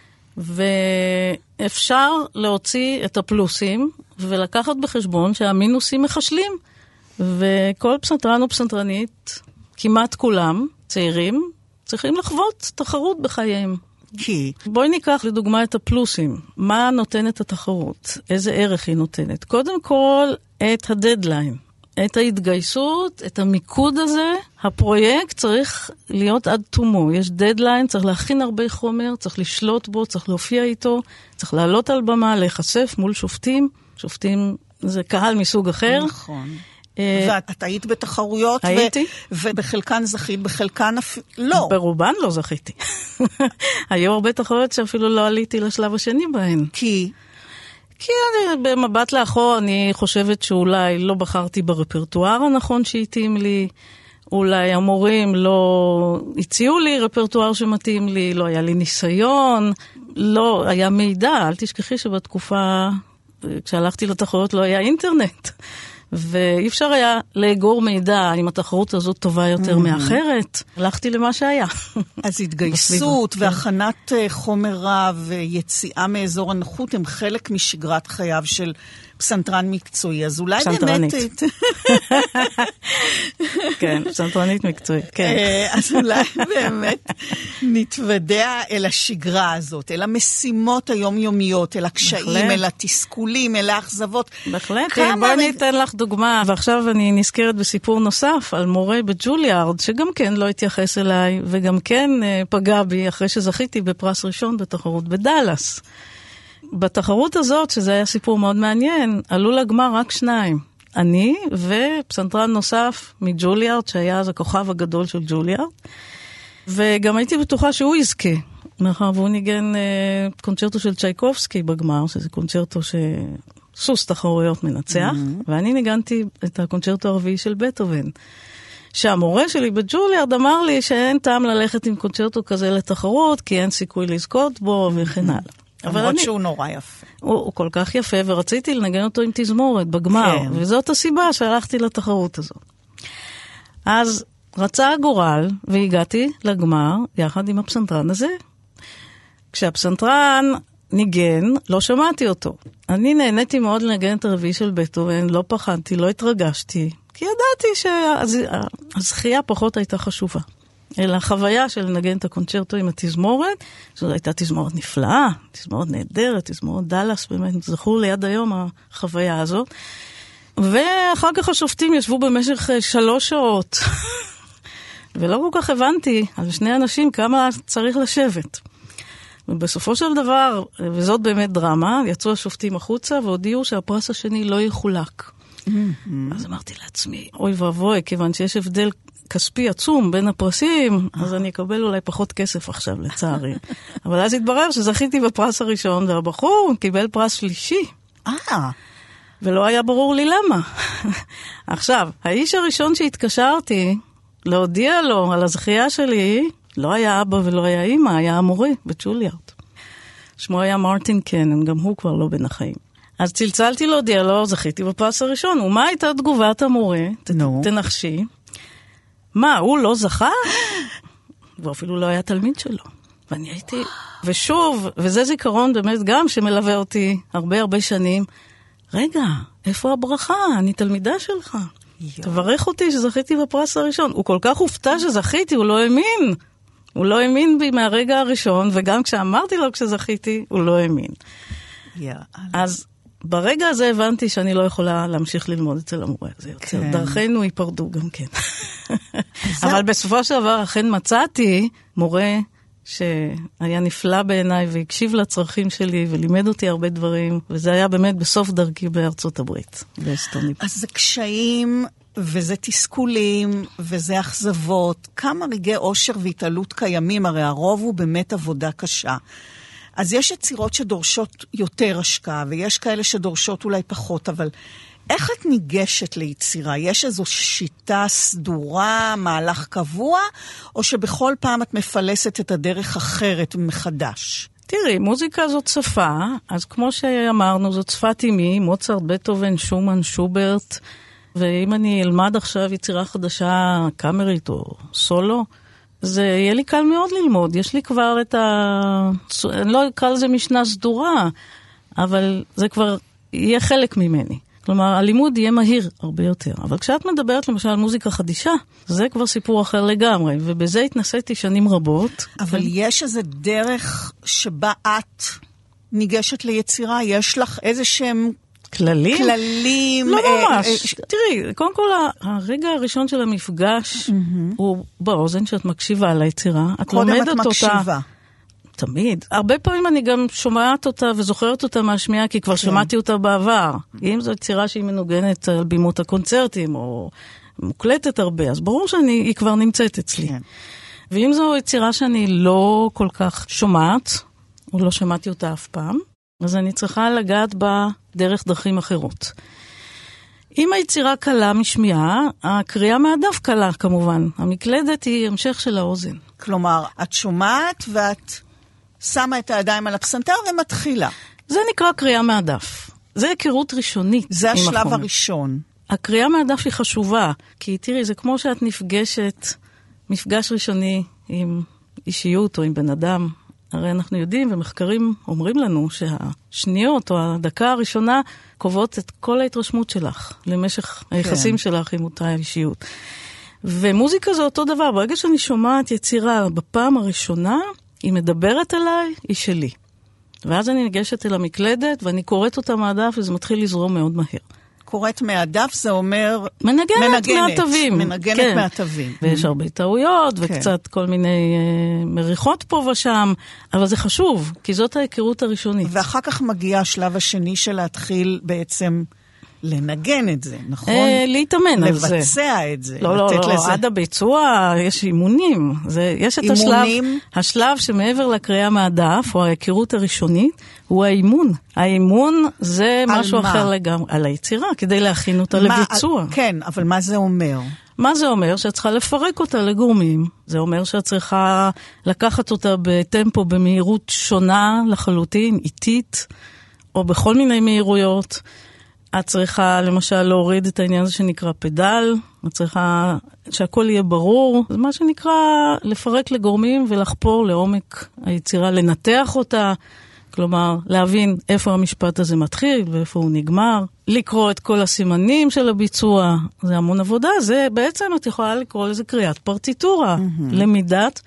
ואפשר להוציא את הפלוסים ולקחת בחשבון שהמינוסים מחשלים, וכל פסנתרן או פסנתרנית, כמעט כולם, צעירים, צריכים לחוות תחרות בחייהם. כי? בואי ניקח לדוגמה את הפלוסים. מה נותנת התחרות? איזה ערך היא נותנת? קודם כל, את הדדליין. את ההתגייסות, את המיקוד הזה. הפרויקט צריך להיות עד תומו. יש דדליין, צריך להכין הרבה חומר, צריך לשלוט בו, צריך להופיע איתו, צריך לעלות על במה, להיחשף מול שופטים. שופטים זה קהל מסוג אחר. נכון. ואת היית בתחרויות, הייתי. ובחלקן זכית, בחלקן לא. ברובן לא זכיתי. היו הרבה תחרויות שאפילו לא עליתי לשלב השני בהן. כי? כי אני, במבט לאחור אני חושבת שאולי לא בחרתי ברפרטואר הנכון שהתאים לי, אולי המורים לא הציעו לי רפרטואר שמתאים לי, לא היה לי ניסיון, לא היה מידע. אל תשכחי שבתקופה, כשהלכתי לתחרויות לא היה אינטרנט. ואי אפשר היה לאגור מידע אם התחרות הזאת טובה יותר מאחרת. הלכתי למה שהיה. אז התגייסות והכנת חומר רב ויציאה מאזור הנוחות הם חלק משגרת חייו של פסנתרן מקצועי. אז אולי פסנתרנית. באמת... כן, פסנתרנית מקצועית, כן. אז אולי באמת נתוודע אל השגרה הזאת, אל המשימות היומיומיות, אל הקשיים, אל התסכולים, אל האכזבות. בהחלט. בואי ניתן לך דוגמה, ועכשיו אני נזכרת בסיפור נוסף על מורה בג'וליארד, שגם כן לא התייחס אליי, וגם כן פגע בי אחרי שזכיתי בפרס ראשון בתחרות בדלס. בתחרות הזאת, שזה היה סיפור מאוד מעניין, עלו לגמר רק שניים. אני ופסנתרן נוסף מג'וליארד, שהיה אז הכוכב הגדול של ג'וליארד, וגם הייתי בטוחה שהוא יזכה, מאחר והוא ניגן אה, קונצ'רטו של צ'ייקובסקי בגמר, שזה קונצ'רטו שסוס תחרויות מנצח, mm-hmm. ואני ניגנתי את הקונצ'רטו הרביעי של בטהובן. שהמורה שלי בג'וליארד אמר לי שאין טעם ללכת עם קונצ'רטו כזה לתחרות, כי אין סיכוי לזכות בו וכן הלאה. למרות אני, שהוא נורא יפה. הוא, הוא כל כך יפה, ורציתי לנגן אותו עם תזמורת בגמר, כן. וזאת הסיבה שהלכתי לתחרות הזאת. אז רצה הגורל, והגעתי לגמר יחד עם הפסנתרן הזה. כשהפסנתרן ניגן, לא שמעתי אותו. אני נהניתי מאוד לנגן את הרביעי של בטהובן, לא פחדתי, לא התרגשתי, כי ידעתי שהזכייה פחות הייתה חשובה. אלא החוויה של לנגן את הקונצ'רטו עם התזמורת, שזו הייתה תזמורת נפלאה, תזמורת נהדרת, תזמורת דלס, באמת זכור ליד היום החוויה הזאת. ואחר כך השופטים ישבו במשך שלוש שעות, ולא כל כך הבנתי על שני אנשים כמה צריך לשבת. ובסופו של דבר, וזאת באמת דרמה, יצאו השופטים החוצה והודיעו שהפרס השני לא יחולק. אז אמרתי לעצמי, אוי ואבוי, כיוון שיש הבדל כספי עצום בין הפרסים, אז אני אקבל אולי פחות כסף עכשיו, לצערי. אבל אז התברר שזכיתי בפרס הראשון, והבחור קיבל פרס שלישי. אה. ולא היה ברור לי למה. עכשיו, האיש הראשון שהתקשרתי להודיע לו על הזכייה שלי, לא היה אבא ולא היה אמא, היה המורה בג'וליארד. שמו היה מרטין קנן, גם הוא כבר לא בין החיים. אז צלצלתי להודיע לו, זכיתי בפרס הראשון, ומה הייתה תגובת המורה? נו. תנחשי. מה, הוא לא זכה? והוא אפילו לא היה תלמיד שלו. ואני הייתי, ושוב, וזה זיכרון באמת גם שמלווה אותי הרבה הרבה שנים, רגע, איפה הברכה? אני תלמידה שלך. תברך אותי שזכיתי בפרס הראשון. הוא כל כך הופתע שזכיתי, הוא לא האמין. הוא לא האמין בי מהרגע הראשון, וגם כשאמרתי לו כשזכיתי, הוא לא האמין. אז ברגע הזה הבנתי שאני לא יכולה להמשיך ללמוד אצל המורה. זה יוצא, דרכינו ייפרדו גם כן. אבל בסופו של דבר אכן מצאתי מורה שהיה נפלא בעיניי והקשיב לצרכים שלי ולימד אותי הרבה דברים, וזה היה באמת בסוף דרכי בארצות הברית, באסטוני. אז זה קשיים וזה תסכולים וזה אכזבות. כמה רגעי אושר והתעלות קיימים, הרי הרוב הוא באמת עבודה קשה. אז יש יצירות שדורשות יותר השקעה, ויש כאלה שדורשות אולי פחות, אבל איך את ניגשת ליצירה? יש איזו שיטה סדורה, מהלך קבוע, או שבכל פעם את מפלסת את הדרך אחרת מחדש? תראי, מוזיקה זאת שפה, אז כמו שאמרנו, זאת שפת אימי, מוצרט, בטהובן, שומן, שוברט, ואם אני אלמד עכשיו יצירה חדשה, קאמרית או סולו, זה יהיה לי קל מאוד ללמוד. יש לי כבר את ה... אני לא אקרא לזה משנה סדורה, אבל זה כבר יהיה חלק ממני. כלומר, הלימוד יהיה מהיר הרבה יותר. אבל כשאת מדברת למשל על מוזיקה חדישה, זה כבר סיפור אחר לגמרי, ובזה התנסיתי שנים רבות. אבל ו... יש איזה דרך שבה את ניגשת ליצירה? יש לך איזה שהם... כללים? כללים. לא ממש. אה, תראי, קודם כל, הרגע הראשון של המפגש mm-hmm. הוא באוזן שאת מקשיבה על היצירה. את לומדת אותה. קודם את מקשיבה. תמיד. הרבה פעמים אני גם שומעת אותה וזוכרת אותה מהשמיעה, כי כבר כן. שמעתי אותה בעבר. אם זו יצירה שהיא מנוגנת על בימות הקונצרטים, או מוקלטת הרבה, אז ברור שהיא כבר נמצאת אצלי. כן. ואם זו יצירה שאני לא כל כך שומעת, או לא שמעתי אותה אף פעם, אז אני צריכה לגעת בה דרך דרכים אחרות. אם היצירה קלה משמיעה, הקריאה מהדף קלה כמובן. המקלדת היא המשך של האוזן. כלומר, את שומעת ואת שמה את הידיים על הפסנתר ומתחילה. זה נקרא קריאה מהדף. זה היכרות ראשונית. זה השלב החומר. הראשון. הקריאה מהדף היא חשובה, כי תראי, זה כמו שאת נפגשת, מפגש ראשוני עם אישיות או עם בן אדם. הרי אנחנו יודעים ומחקרים אומרים לנו שהשניות או הדקה הראשונה קובעות את כל ההתרשמות שלך למשך היחסים כן. שלך עם אותה אישיות. ומוזיקה זה אותו דבר. ברגע שאני שומעת יצירה בפעם הראשונה, היא מדברת עליי, היא שלי. ואז אני ניגשת אל המקלדת ואני קוראת אותה מהדף וזה מתחיל לזרום מאוד מהר. קוראת מהדף זה אומר... מנגנת, מנגנת. מהטבים. מנגנת כן. מהטבים. ויש mm-hmm. הרבה טעויות, כן. וקצת כל מיני uh, מריחות פה ושם, אבל זה חשוב, כי זאת ההיכרות הראשונית. ואחר כך מגיע השלב השני של להתחיל בעצם לנגן את זה, נכון? אה, להתאמן על זה. לבצע את זה. לא, לא, לא, לזה. עד הביצוע יש אימונים. זה, יש את אימונים? השלב, השלב שמעבר לקריאה מהדף, או ההיכרות הראשונית, הוא האימון. האימון זה משהו מה? אחר לגמרי. על היצירה, כדי להכין אותה מה, לביצוע. כן, אבל מה זה אומר? מה זה אומר? שאת צריכה לפרק אותה לגורמים. זה אומר שאת צריכה לקחת אותה בטמפו, במהירות שונה לחלוטין, איטית, או בכל מיני מהירויות. את צריכה למשל להוריד את העניין הזה שנקרא פדל, את צריכה שהכל יהיה ברור, זה מה שנקרא לפרק לגורמים ולחפור לעומק היצירה, לנתח אותה, כלומר להבין איפה המשפט הזה מתחיל ואיפה הוא נגמר, לקרוא את כל הסימנים של הביצוע, זה המון עבודה, זה בעצם את יכולה לקרוא לזה קריאת פרטיטורה, mm-hmm. למידת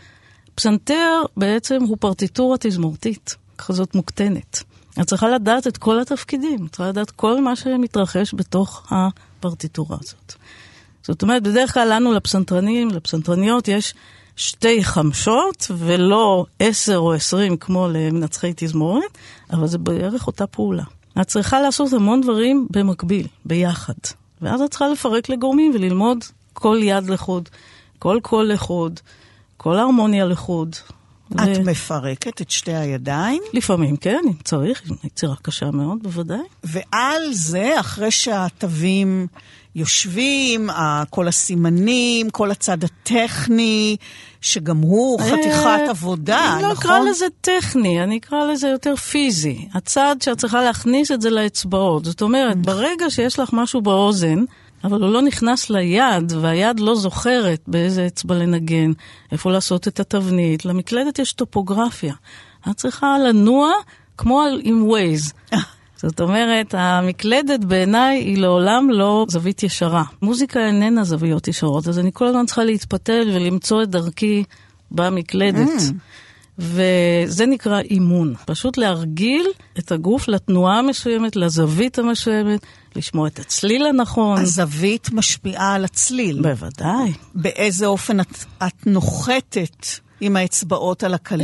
פסנתר בעצם הוא פרטיטורה תזמורתית, כזאת מוקטנת. את צריכה לדעת את כל התפקידים, את צריכה לדעת כל מה שמתרחש בתוך הפרטיטורה הזאת. זאת אומרת, בדרך כלל לנו לפסנתרנים, לפסנתרניות, יש שתי חמשות, ולא עשר או עשרים כמו למנצחי תזמורת, אבל זה בערך אותה פעולה. את צריכה לעשות המון דברים במקביל, ביחד. ואז את צריכה לפרק לגורמים וללמוד כל יד לחוד, כל קול לחוד, כל הרמוניה לחוד. את ו... מפרקת את שתי הידיים? לפעמים כן, אם צריך, יצירה קשה מאוד, בוודאי. ועל זה, אחרי שהתווים יושבים, כל הסימנים, כל הצד הטכני, שגם הוא חתיכת עבודה, נכון? אני לא אקרא לזה טכני, אני אקרא לזה יותר פיזי. הצד שאת צריכה להכניס את זה לאצבעות. זאת אומרת, ברגע שיש לך משהו באוזן, אבל הוא לא נכנס ליד, והיד לא זוכרת באיזה אצבע לנגן, איפה לעשות את התבנית. למקלדת יש טופוגרפיה. את צריכה לנוע כמו עם ווייז. זאת אומרת, המקלדת בעיניי היא לעולם לא זווית ישרה. מוזיקה איננה זוויות ישרות, אז אני כל הזמן צריכה להתפתל ולמצוא את דרכי במקלדת. וזה נקרא אימון. פשוט להרגיל את הגוף לתנועה המסוימת, לזווית המסוימת, לשמוע את הצליל הנכון. הזווית משפיעה על הצליל. בוודאי. באיזה אופן את, את נוחתת עם האצבעות על הקליד?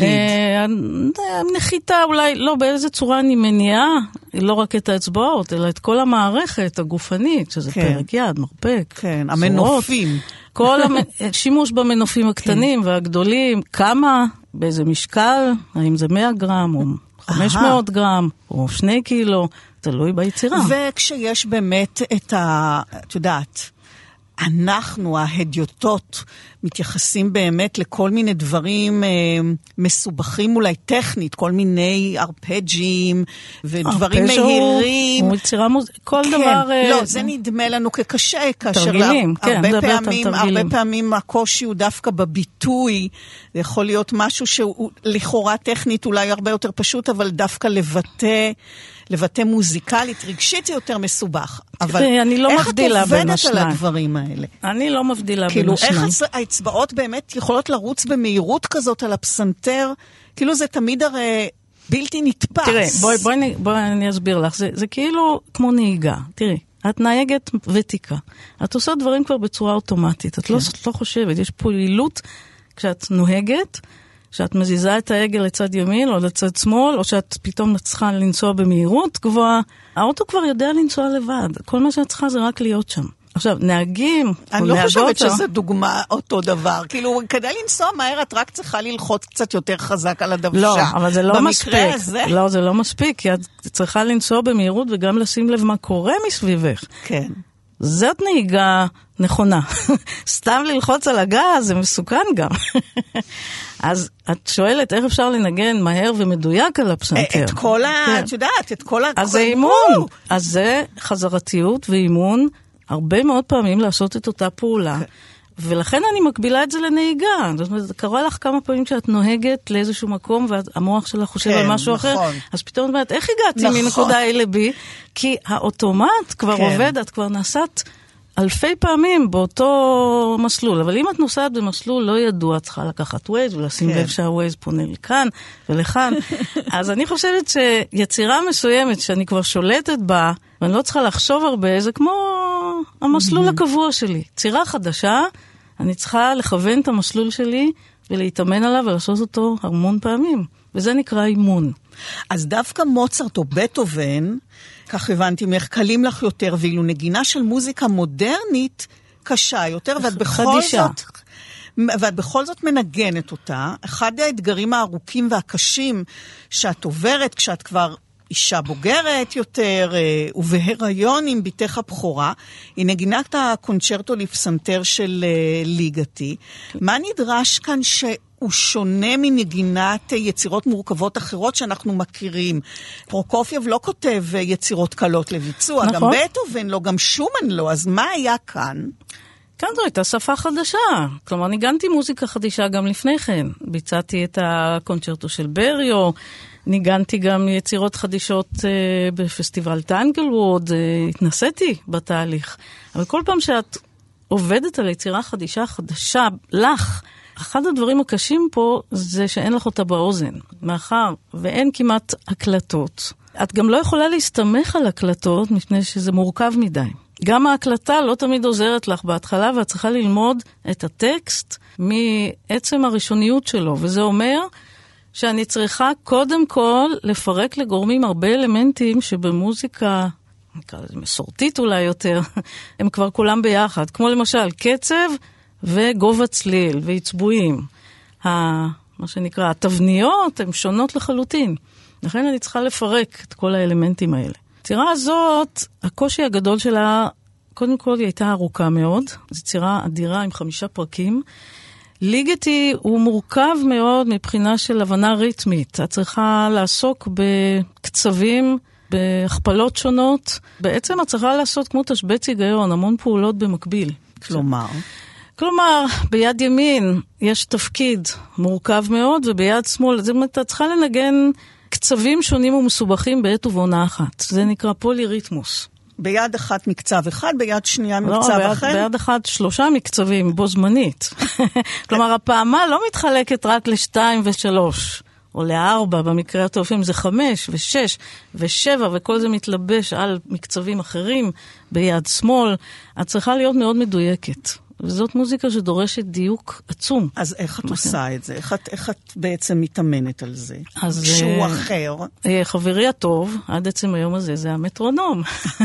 נחיתה אולי, לא, באיזה צורה אני מניעה, לא רק את האצבעות, אלא את כל המערכת הגופנית, שזה כן. פרק יד, מרפק. כן, המנופים. כל השימוש במנופים הקטנים כן. והגדולים, כמה, באיזה משקל, האם זה מאה גרם או חמש מאות גרם או שני קילו, תלוי ביצירה. וכשיש באמת את ה... את יודעת, אנחנו, ההדיוטות, מתייחסים באמת לכל מיני דברים אה, מסובכים אולי טכנית, כל מיני ארפג'ים ודברים מהירים. הוא יצירה מוזיקה, כל כן, דבר... לא, אה, זה נדמה לנו כקשה, כאשר תרגילים, לה, כן, הרבה, מדברת פעמים, על תרגילים. הרבה פעמים הקושי הוא דווקא בביטוי, זה יכול להיות משהו שהוא לכאורה טכנית אולי הרבה יותר פשוט, אבל דווקא לבטא... לבטא מוזיקלית, רגשית זה יותר מסובך. אבל אני לא מבדילה בין השניים. איך את עובדת על הדברים האלה? אני לא מבדילה כאילו, בין השניים. איך האצבעות באמת יכולות לרוץ במהירות כזאת על הפסנתר? כאילו זה תמיד הרי בלתי נתפס. תראה, בואי, בואי, בואי אני אסביר לך. זה, זה כאילו כמו נהיגה. תראי, את נהגת ותיקה. את עושה דברים כבר בצורה אוטומטית. את כן. לא, לא חושבת. יש פה יעילות כשאת נוהגת, שאת מזיזה את העגל לצד ימין או לצד שמאל, או שאת פתאום צריכה לנסוע במהירות גבוהה. האוטו כבר יודע לנסוע לבד. כל מה שאת צריכה זה רק להיות שם. עכשיו, נהגים... אני לא חושבת שזו דוגמה אותו דבר. כאילו, כדי לנסוע מהר, את רק צריכה ללחוץ קצת יותר חזק על הדוושה. לא, אבל זה לא מספיק. הזה... לא, זה לא מספיק, כי את צריכה לנסוע במהירות וגם לשים לב מה קורה מסביבך. כן. זאת נהיגה נכונה. סתם ללחוץ על הגז, זה מסוכן גם. אז את שואלת איך אפשר לנגן מהר ומדויק על הפסנתר. את כל ה... את יודעת, את כל ה... אז זה אימון. אז זה חזרתיות ואימון, הרבה מאוד פעמים לעשות את אותה פעולה. ולכן אני מקבילה את זה לנהיגה. זאת אומרת, קרה לך כמה פעמים שאת נוהגת לאיזשהו מקום, והמוח שלך חושב על משהו אחר. אז פתאום אומרת, איך הגעתי מנקודה A ל-B? כי האוטומט כבר עובד, את כבר נסעת אלפי פעמים באותו מסלול. אבל אם את נוסעת במסלול לא ידוע, צריכה לקחת ווייז ולשים לב שהווייז פונה לכאן ולכאן. אז אני חושבת שיצירה מסוימת שאני כבר שולטת בה, ואני לא צריכה לחשוב הרבה, זה כמו המסלול הקבוע שלי. צירה חדשה, אני צריכה לכוון את המסלול שלי ולהתאמן עליו ולעשות אותו המון פעמים. וזה נקרא אימון. אז דווקא מוצרט או בטהובן, כך הבנתי, קלים לך יותר, ואילו נגינה של מוזיקה מודרנית קשה יותר, ואת בכל זאת... ואת בכל זאת מנגנת אותה. אחד האתגרים הארוכים והקשים שאת עוברת כשאת כבר אישה בוגרת יותר, ובהיריון עם ביתך הבכורה, היא נגינת הקונצ'רטו לפסנתר של ליגתי. מה נדרש כאן שהוא שונה מנגינת יצירות מורכבות אחרות שאנחנו מכירים? פרוקופייב לא כותב יצירות קלות לביצוע, נכון. גם בטהובן לא, גם שומן לא, אז מה היה כאן? כאן זו הייתה שפה חדשה, כלומר ניגנתי מוזיקה חדשה גם לפני כן, ביצעתי את הקונצ'רטו של בריו, ניגנתי גם יצירות חדישות uh, בפסטיבל טנגלווד, uh, התנסיתי בתהליך. אבל כל פעם שאת עובדת על יצירה חדישה חדשה לך, אחד הדברים הקשים פה זה שאין לך אותה באוזן. מאחר ואין כמעט הקלטות. את גם לא יכולה להסתמך על הקלטות מפני שזה מורכב מדי. גם ההקלטה לא תמיד עוזרת לך בהתחלה, ואת צריכה ללמוד את הטקסט מעצם הראשוניות שלו. וזה אומר שאני צריכה קודם כל לפרק לגורמים הרבה אלמנטים שבמוזיקה, נקרא לזה מסורתית אולי יותר, הם כבר כולם ביחד. כמו למשל קצב וגובה צליל ועצבועים. מה שנקרא, התבניות הן שונות לחלוטין. לכן אני צריכה לפרק את כל האלמנטים האלה. הצירה הזאת, הקושי הגדול שלה, קודם כל היא הייתה ארוכה מאוד. זו צירה אדירה עם חמישה פרקים. ליגתי הוא מורכב מאוד מבחינה של הבנה ריתמית. את צריכה לעסוק בקצבים, בהכפלות שונות. בעצם את צריכה לעשות כמו תשבץ היגיון, המון פעולות במקביל. כלומר? כלומר, ביד ימין יש תפקיד מורכב מאוד, וביד שמאל, זאת אומרת, את צריכה לנגן קצבים שונים ומסובכים בעת ובעונה אחת. זה נקרא פוליריתמוס. ביד אחת מקצב אחד, ביד שנייה מקצב לא, אחר? ביד, ביד אחת שלושה מקצבים בו זמנית. כלומר, הפעמה לא מתחלקת רק לשתיים ושלוש, או לארבע, במקרה הטובים זה חמש ושש ושבע, וכל זה מתלבש על מקצבים אחרים ביד שמאל. את צריכה להיות מאוד מדויקת. וזאת מוזיקה שדורשת דיוק עצום. אז איך את עושה את זה? איך את, איך את בעצם מתאמנת על זה? אז שהוא אחר. חברי הטוב, עד עצם היום הזה, זה המטרונום.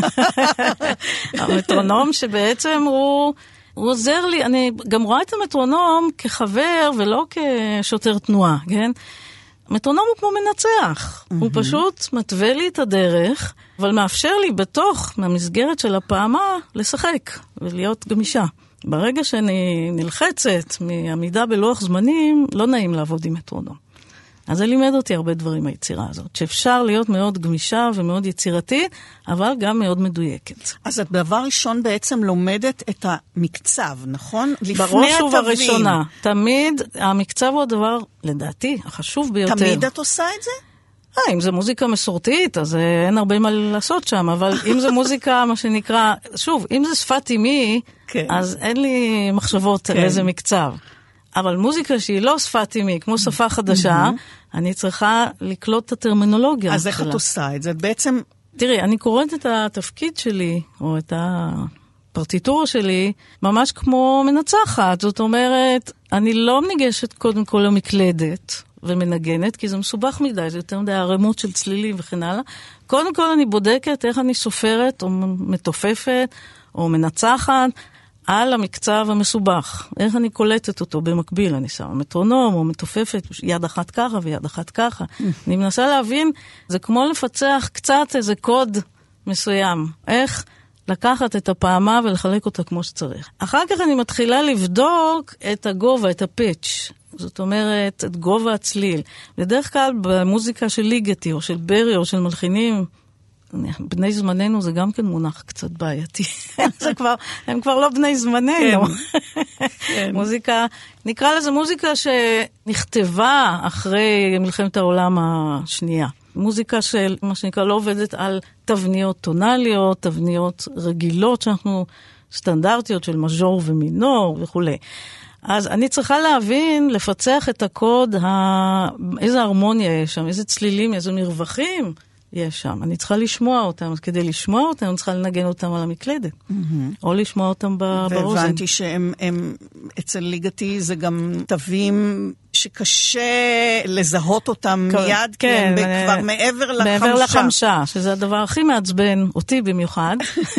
המטרונום שבעצם הוא, הוא עוזר לי, אני גם רואה את המטרונום כחבר ולא כשוטר תנועה, כן? מטרונום הוא כמו מנצח. Mm-hmm. הוא פשוט מתווה לי את הדרך, אבל מאפשר לי בתוך, מהמסגרת של הפעמה, לשחק ולהיות גמישה. ברגע שאני נלחצת מעמידה בלוח זמנים, לא נעים לעבוד עם מטרונום. אז זה לימד אותי הרבה דברים מהיצירה הזאת, שאפשר להיות מאוד גמישה ומאוד יצירתית, אבל גם מאוד מדויקת. אז את דבר ראשון בעצם לומדת את המקצב, נכון? בראש ובראשונה. תמיד, המקצב הוא הדבר, לדעתי, החשוב ביותר. תמיד את עושה את זה? אה, אם זה מוזיקה מסורתית, אז אין הרבה מה לעשות שם, אבל אם זה מוזיקה, מה שנקרא, שוב, אם זה שפת אימי, כן. אז אין לי מחשבות כן. על איזה מקצב. אבל מוזיקה שהיא לא שפת אימי, כמו שפה חדשה, אני צריכה לקלוט את הטרמינולוגיה. אז איך את עושה את זה? בעצם... תראי, אני קוראת את התפקיד שלי, או את הפרטיטורה שלי, ממש כמו מנצחת. זאת אומרת, אני לא ניגשת קודם כל למקלדת ומנגנת, כי זה מסובך מדי, זה יותר מדי הרמות של צלילים וכן הלאה. קודם כל אני בודקת איך אני סופרת, או מתופפת, או מנצחת, על המקצב המסובך. איך אני קולטת אותו במקביל? אני שמה מטרונום או מתופפת, יד אחת ככה ויד אחת ככה. אני מנסה להבין, זה כמו לפצח קצת איזה קוד מסוים. איך לקחת את הפעמה ולחלק אותה כמו שצריך. אחר כך אני מתחילה לבדוק את הגובה, את הפיץ'. זאת אומרת, את גובה הצליל. בדרך כלל במוזיקה של ליגטי או של ברי או של מלחינים, בני זמננו זה גם כן מונח קצת בעייתי. זה כבר, הם כבר לא בני זמננו. כן. מוזיקה, נקרא לזה מוזיקה שנכתבה אחרי מלחמת העולם השנייה. מוזיקה של, מה שנקרא, לא עובדת על תבניות טונליות, תבניות רגילות שאנחנו, סטנדרטיות של מז'ור ומינור וכו'. אז אני צריכה להבין, לפצח את הקוד, ה... איזה הרמוניה יש שם, איזה צלילים, איזה מרווחים יש שם. אני צריכה לשמוע אותם, אז כדי לשמוע אותם, אני צריכה לנגן אותם על המקלדת. Mm-hmm. או לשמוע אותם באוזן. והבנתי שהם, הם, אצל ליגתי זה גם תווים שקשה לזהות אותם כן, מיד, כן, כי הם כבר מעבר לחמשה. מעבר לחמשה, שזה הדבר הכי מעצבן, אותי במיוחד.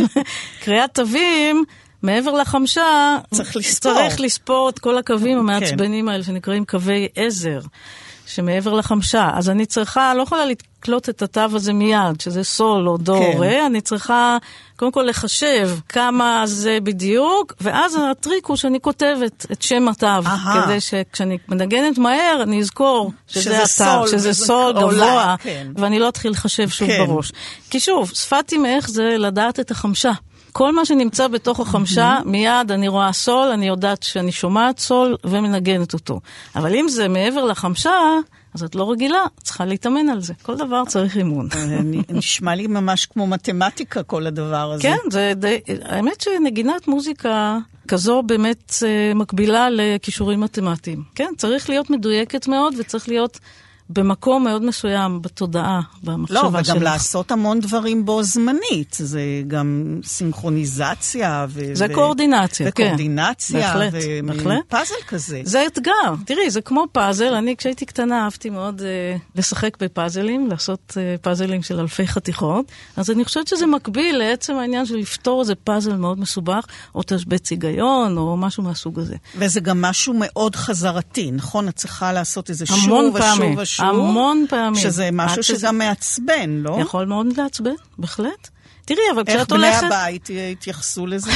קריאת תווים, מעבר לחמשה, צריך לספור. צריך לספור את כל הקווים המעצבנים האלה, שנקראים קווי עזר. שמעבר לחמשה, אז אני צריכה, לא יכולה לקלוט את התו הזה מיד, שזה סול או דו כן. רה, אני צריכה קודם כל לחשב כמה זה בדיוק, ואז הטריק הוא שאני כותבת את שם התו, כדי שכשאני מנגנת מהר, אני אזכור שזה התו, שזה סול גבוה, כן. ואני לא אתחיל לחשב שוב כן. בראש. כי שוב, שפת אימך זה לדעת את החמשה. כל מה שנמצא בתוך החמשה, מיד אני רואה סול, אני יודעת שאני שומעת סול ומנגנת אותו. אבל אם זה מעבר לחמשה, אז את לא רגילה, צריכה להתאמן על זה. כל דבר צריך אימון. נשמע לי ממש כמו מתמטיקה כל הדבר הזה. כן, זה די, האמת שנגינת מוזיקה כזו באמת מקבילה לכישורים מתמטיים. כן, צריך להיות מדויקת מאוד וצריך להיות במקום מאוד מסוים, בתודעה, במחשבה שלך. לא, וגם שלך. לעשות המון דברים בו זמנית. זה גם סינכרוניזציה. ו- זה ו- קואורדינציה, ו- כן. וקואורדינציה. בהחלט, ו- בהחלט. פאזל כזה. זה אתגר. תראי, זה כמו פאזל. אני, כשהייתי קטנה, אהבתי מאוד uh, לשחק בפאזלים, לעשות uh, פאזלים של אלפי חתיכות. אז אני חושבת שזה מקביל לעצם העניין של לפתור איזה פאזל מאוד מסובך, או תשבץ היגיון, או משהו מהסוג הזה. וזה גם משהו מאוד חזרתי, נכון? את צריכה לעשות איזה שוב ושוב ושוב. המון פעמים. שזה משהו שגם מעצבן, לא? יכול מאוד לעצבן, בהחלט. תראי, אבל כשאת הולכת... איך בני הבית התייחסו לזה?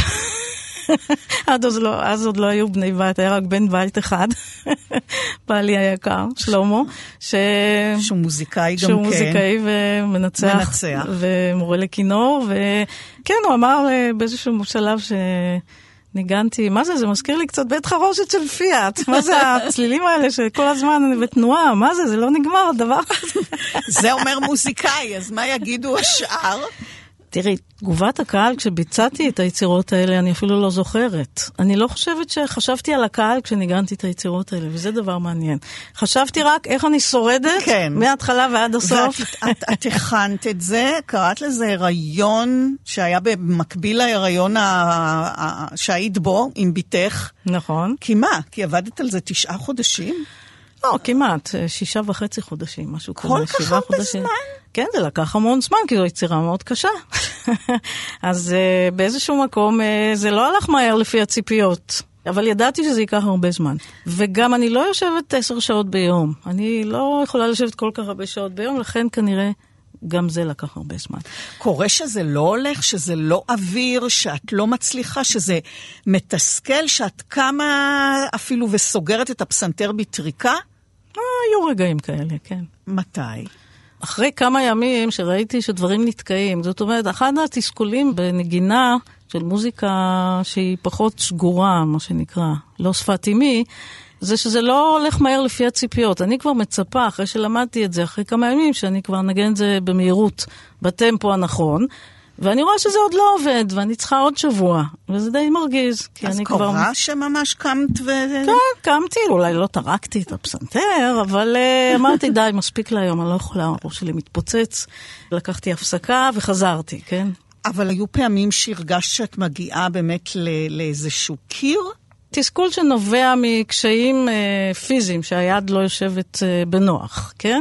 אז עוד לא היו בני בית, היה רק בן בית אחד, בעלי היקר, שלמה, שהוא מוזיקאי גם כן. שהוא מוזיקאי ומנצח, ומורה לכינור, וכן, הוא אמר באיזשהו שלב ש... ניגנתי, מה זה? זה מזכיר לי קצת בית חרושת של פיאט. מה זה הצלילים האלה שכל הזמן אני בתנועה? מה זה? זה לא נגמר, הדבר הזה. זה אומר מוזיקאי, אז מה יגידו השאר? תראי, תגובת הקהל, כשביצעתי את היצירות האלה, אני אפילו לא זוכרת. אני לא חושבת שחשבתי על הקהל כשניגנתי את היצירות האלה, וזה דבר מעניין. חשבתי רק איך אני שורדת כן. מההתחלה ועד הסוף. ואת את, את הכנת את זה, קראת לזה הריון שהיה במקביל להיריון שהיית בו עם ביתך. נכון. כי מה? כי עבדת על זה תשעה חודשים? לא, כמעט, שישה וחצי חודשים, משהו כזה. כל כך הרבה זמן? כן, זה לקח המון זמן, כי זו יצירה מאוד קשה. אז uh, באיזשהו מקום uh, זה לא הלך מהר לפי הציפיות. אבל ידעתי שזה ייקח הרבה זמן. וגם אני לא יושבת עשר שעות ביום. אני לא יכולה לשבת כל כך הרבה שעות ביום, לכן כנראה גם זה לקח הרבה זמן. קורה שזה לא הולך, שזה לא אוויר, שאת לא מצליחה, שזה מתסכל, שאת קמה אפילו וסוגרת את הפסנתר בטריקה? אה, היו רגעים כאלה, כן. מתי? אחרי כמה ימים שראיתי שדברים נתקעים. זאת אומרת, אחד התסכולים בנגינה של מוזיקה שהיא פחות שגורה, מה שנקרא, לא שפת אימי, זה שזה לא הולך מהר לפי הציפיות. אני כבר מצפה, אחרי שלמדתי את זה, אחרי כמה ימים, שאני כבר נגן את זה במהירות, בטמפו הנכון, ואני רואה שזה עוד לא עובד, ואני צריכה עוד שבוע, וזה די מרגיז. אז קורה כבר... שממש קמת ו... כן, קמתי, אולי לא טרקתי את הפסנתר, אבל uh, אמרתי, די, מספיק להיום, אני לא יכולה, הראש שלי מתפוצץ, לקחתי הפסקה וחזרתי, כן? אבל היו פעמים שהרגשת שאת מגיעה באמת לאיזשהו קיר? תסכול שנובע מקשיים אה, פיזיים, שהיד לא יושבת אה, בנוח, כן?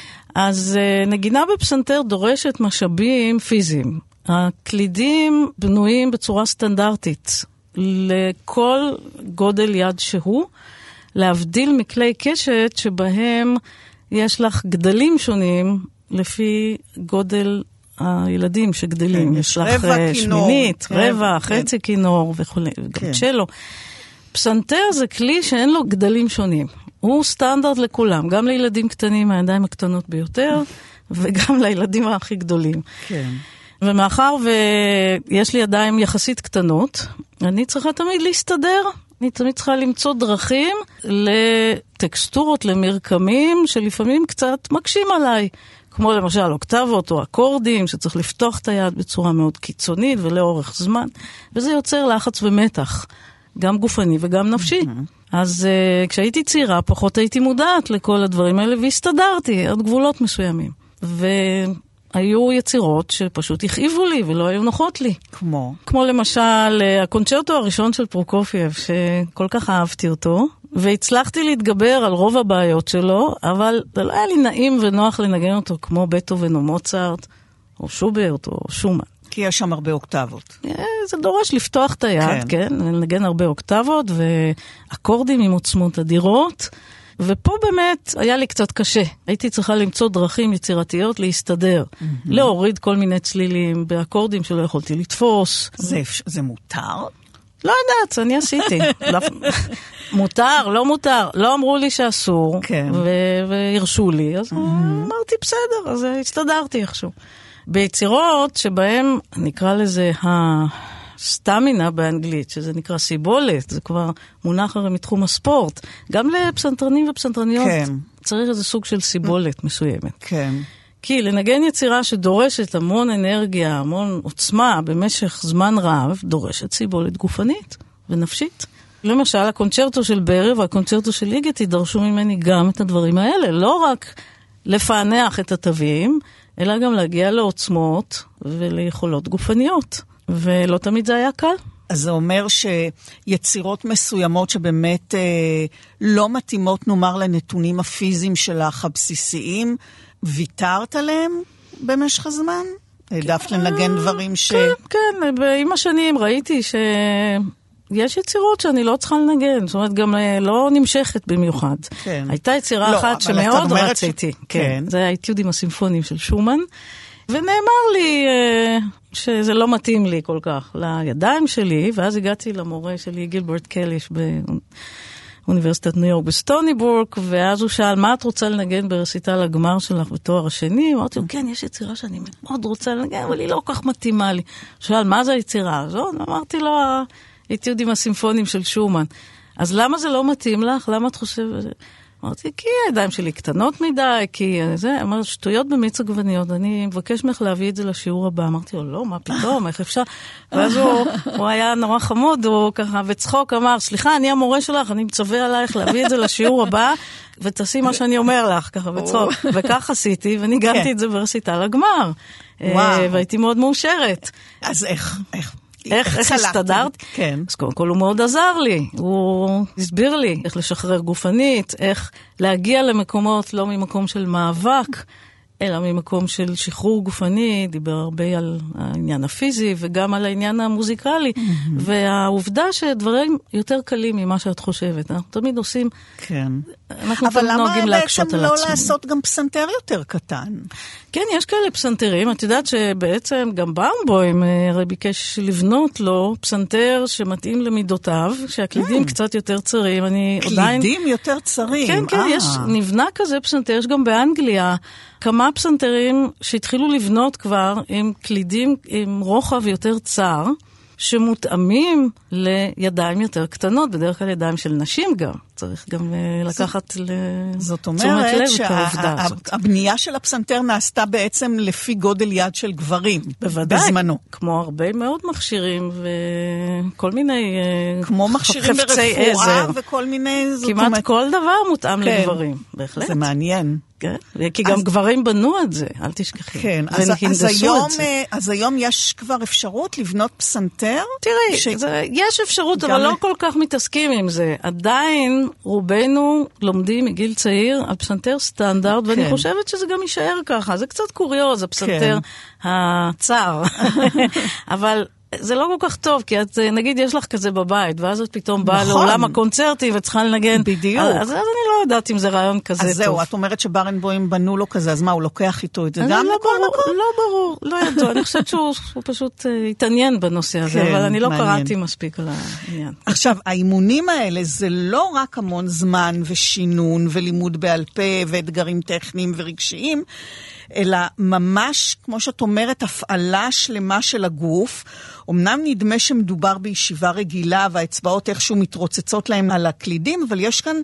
אז אה, נגינה בפסנתר דורשת משאבים פיזיים. הקלידים בנויים בצורה סטנדרטית, לכל גודל יד שהוא, להבדיל מכלי קשת שבהם יש לך גדלים שונים לפי גודל הילדים שגדלים. כן, יש לך רבע שמינית, כן, רבע, כן. חצי כינור וכו', וגם כן. צ'לו. פסנתר זה כלי שאין לו גדלים שונים. הוא סטנדרט לכולם, גם לילדים קטנים, הידיים הקטנות ביותר, וגם לילדים הכי גדולים. כן. ומאחר ויש לי ידיים יחסית קטנות, אני צריכה תמיד להסתדר. אני תמיד צריכה למצוא דרכים לטקסטורות, למרקמים, שלפעמים קצת מקשים עליי. כמו למשל אוקטבות או אקורדים, שצריך לפתוח את היד בצורה מאוד קיצונית ולאורך זמן. וזה יוצר לחץ ומתח. גם גופני וגם נפשי. אז uh, כשהייתי צעירה, פחות הייתי מודעת לכל הדברים האלה, והסתדרתי עד גבולות מסוימים. והיו יצירות שפשוט הכאיבו לי ולא היו נוחות לי. כמו? כמו למשל, הקונצ'רטו הראשון של פרוקופייב, שכל כך אהבתי אותו, והצלחתי להתגבר על רוב הבעיות שלו, אבל זה לא היה לי נעים ונוח לנגן אותו כמו בטהובן או מוצרט, או שוברט או שומן. כי יש שם הרבה אוקטבות. זה דורש לפתוח את היד, כן, כן? לנגן הרבה אוקטבות ואקורדים עם עוצמות אדירות, ופה באמת היה לי קצת קשה. הייתי צריכה למצוא דרכים יצירתיות להסתדר, mm-hmm. להוריד כל מיני צלילים באקורדים שלא יכולתי לתפוס. זה, זה מותר? לא יודעת, אני עשיתי. מותר, לא מותר. לא אמרו לי שאסור, כן. ו- והרשו לי, אז mm-hmm. אמרתי בסדר, אז הסתדרתי איכשהו. ביצירות שבהם נקרא לזה הסטמינה באנגלית, שזה נקרא סיבולת, זה כבר מונח הרי מתחום הספורט. גם לפסנתרנים ופסנתרניות כן. צריך איזה סוג של סיבולת מסוימת. כן. כי לנגן יצירה שדורשת המון אנרגיה, המון עוצמה במשך זמן רב, דורשת סיבולת גופנית ונפשית. למשל, הקונצ'רטו של ברי והקונצ'רטו של ליגטי דרשו ממני גם את הדברים האלה, לא רק לפענח את התווים, אלא גם להגיע לעוצמות וליכולות גופניות. ולא תמיד זה היה קל. אז זה אומר שיצירות מסוימות שבאמת אה, לא מתאימות, נאמר, לנתונים הפיזיים שלך הבסיסיים, ויתרת עליהם במשך הזמן? העדפת לנגן דברים ש... כן, כן. עם השנים ראיתי ש... יש יצירות שאני לא צריכה לנגן, זאת אומרת, גם לא נמשכת במיוחד. כן. הייתה יצירה לא, אחת שמאוד רציתי. ש... כן. כן. זה האתיודים הסימפוניים של שומן, ונאמר לי אה, שזה לא מתאים לי כל כך לידיים שלי, ואז הגעתי למורה שלי, גילברט קליש, באוניברסיטת ניו יורק בסטוני בורק, ואז הוא שאל, מה את רוצה לנגן ברסיטל הגמר שלך בתואר השני? אמרתי לו, כן, יש יצירה שאני מאוד רוצה לנגן, אבל היא לא כל כך מתאימה לי. הוא שאל, מה זה היצירה הזאת? אמרתי לו, האתיודים הסימפוניים של שומן. אז למה זה לא מתאים לך? למה את חושבת? אמרתי, כי הידיים שלי קטנות מדי, כי זה, אמרתי, שטויות במיץ עגבניות, אני מבקש ממך להביא את זה לשיעור הבא. אמרתי לו, לא, מה פתאום, איך אפשר? ואז הוא, הוא היה נורא חמוד, הוא ככה, וצחוק אמר, סליחה, אני המורה שלך, אני מצווה עלייך להביא את זה לשיעור הבא, ותעשי מה שאני אומר לך, ככה, בצחוק. וכך עשיתי, וניגנתי את זה ברסיטל הגמר. והייתי מאוד מאושרת. אז איך, איך? איך, איך הסתדרת? כן. אז קודם כל הוא מאוד עזר לי, הוא הסביר לי איך לשחרר גופנית, איך להגיע למקומות לא ממקום של מאבק, אלא ממקום של שחרור גופני, דיבר הרבה על העניין הפיזי וגם על העניין המוזיקלי, mm-hmm. והעובדה שדברים יותר קלים ממה שאת חושבת. אנחנו תמיד עושים... כן. אנחנו אבל למה בעצם לא עצמנו. לעשות גם פסנתר יותר קטן? כן, יש כאלה פסנתרים. את יודעת שבעצם גם באומבוים הרי ביקש לבנות לו פסנתר שמתאים למידותיו, שהקלידים mm. קצת יותר צרים. אני קלידים עדיין... יותר צרים? כן, כן, יש, נבנה כזה פסנתר, יש גם באנגליה כמה פסנתרים שהתחילו לבנות כבר עם קלידים עם רוחב יותר צר, שמותאמים לידיים יותר קטנות, בדרך כלל ידיים של נשים גם. צריך גם לקחת לתשומת לב את העובדה הזאת. הבנייה של הפסנתר נעשתה בעצם לפי גודל יד של גברים. בוודאי. בזמנו. כמו הרבה מאוד מכשירים וכל מיני כמו מכשירים ברפואה וכל מיני... כמעט כל דבר מותאם לגברים. בהחלט. זה מעניין. כן, כי גם גברים בנו את זה, אל תשכחי. כן, אז היום, אז היום יש כבר אפשרות לבנות פסנתר? תראי, יש אפשרות, אבל לא כל כך מתעסקים עם זה. עדיין רובנו לומדים מגיל צעיר על פסנתר סטנדרט, ואני חושבת שזה גם יישאר ככה. זה קצת קוריוז, הפסנתר הצר. אבל... זה לא כל כך טוב, כי את, נגיד, יש לך כזה בבית, ואז את פתאום באה נכון. לעולם הקונצרטי, וצריכה לנגן. בדיוק. אז, אז אני לא יודעת אם זה רעיון כזה אז טוב. אז זהו, את אומרת שברנבוים בנו לו כזה, אז מה, הוא לוקח איתו את זה גם לא לכל ברור, מקום? לא ברור, לא ידוע. אני חושבת שהוא פשוט uh, התעניין בנושא הזה, כן, אבל אני לא מעניין. קראתי מספיק על העניין. עכשיו, האימונים האלה, זה לא רק המון זמן ושינון, ולימוד בעל פה, ואתגרים טכניים ורגשיים, אלא ממש, כמו שאת אומרת, הפעלה שלמה של הגוף. אמנם נדמה שמדובר בישיבה רגילה, והאצבעות איכשהו מתרוצצות להם על הקלידים, אבל יש כאן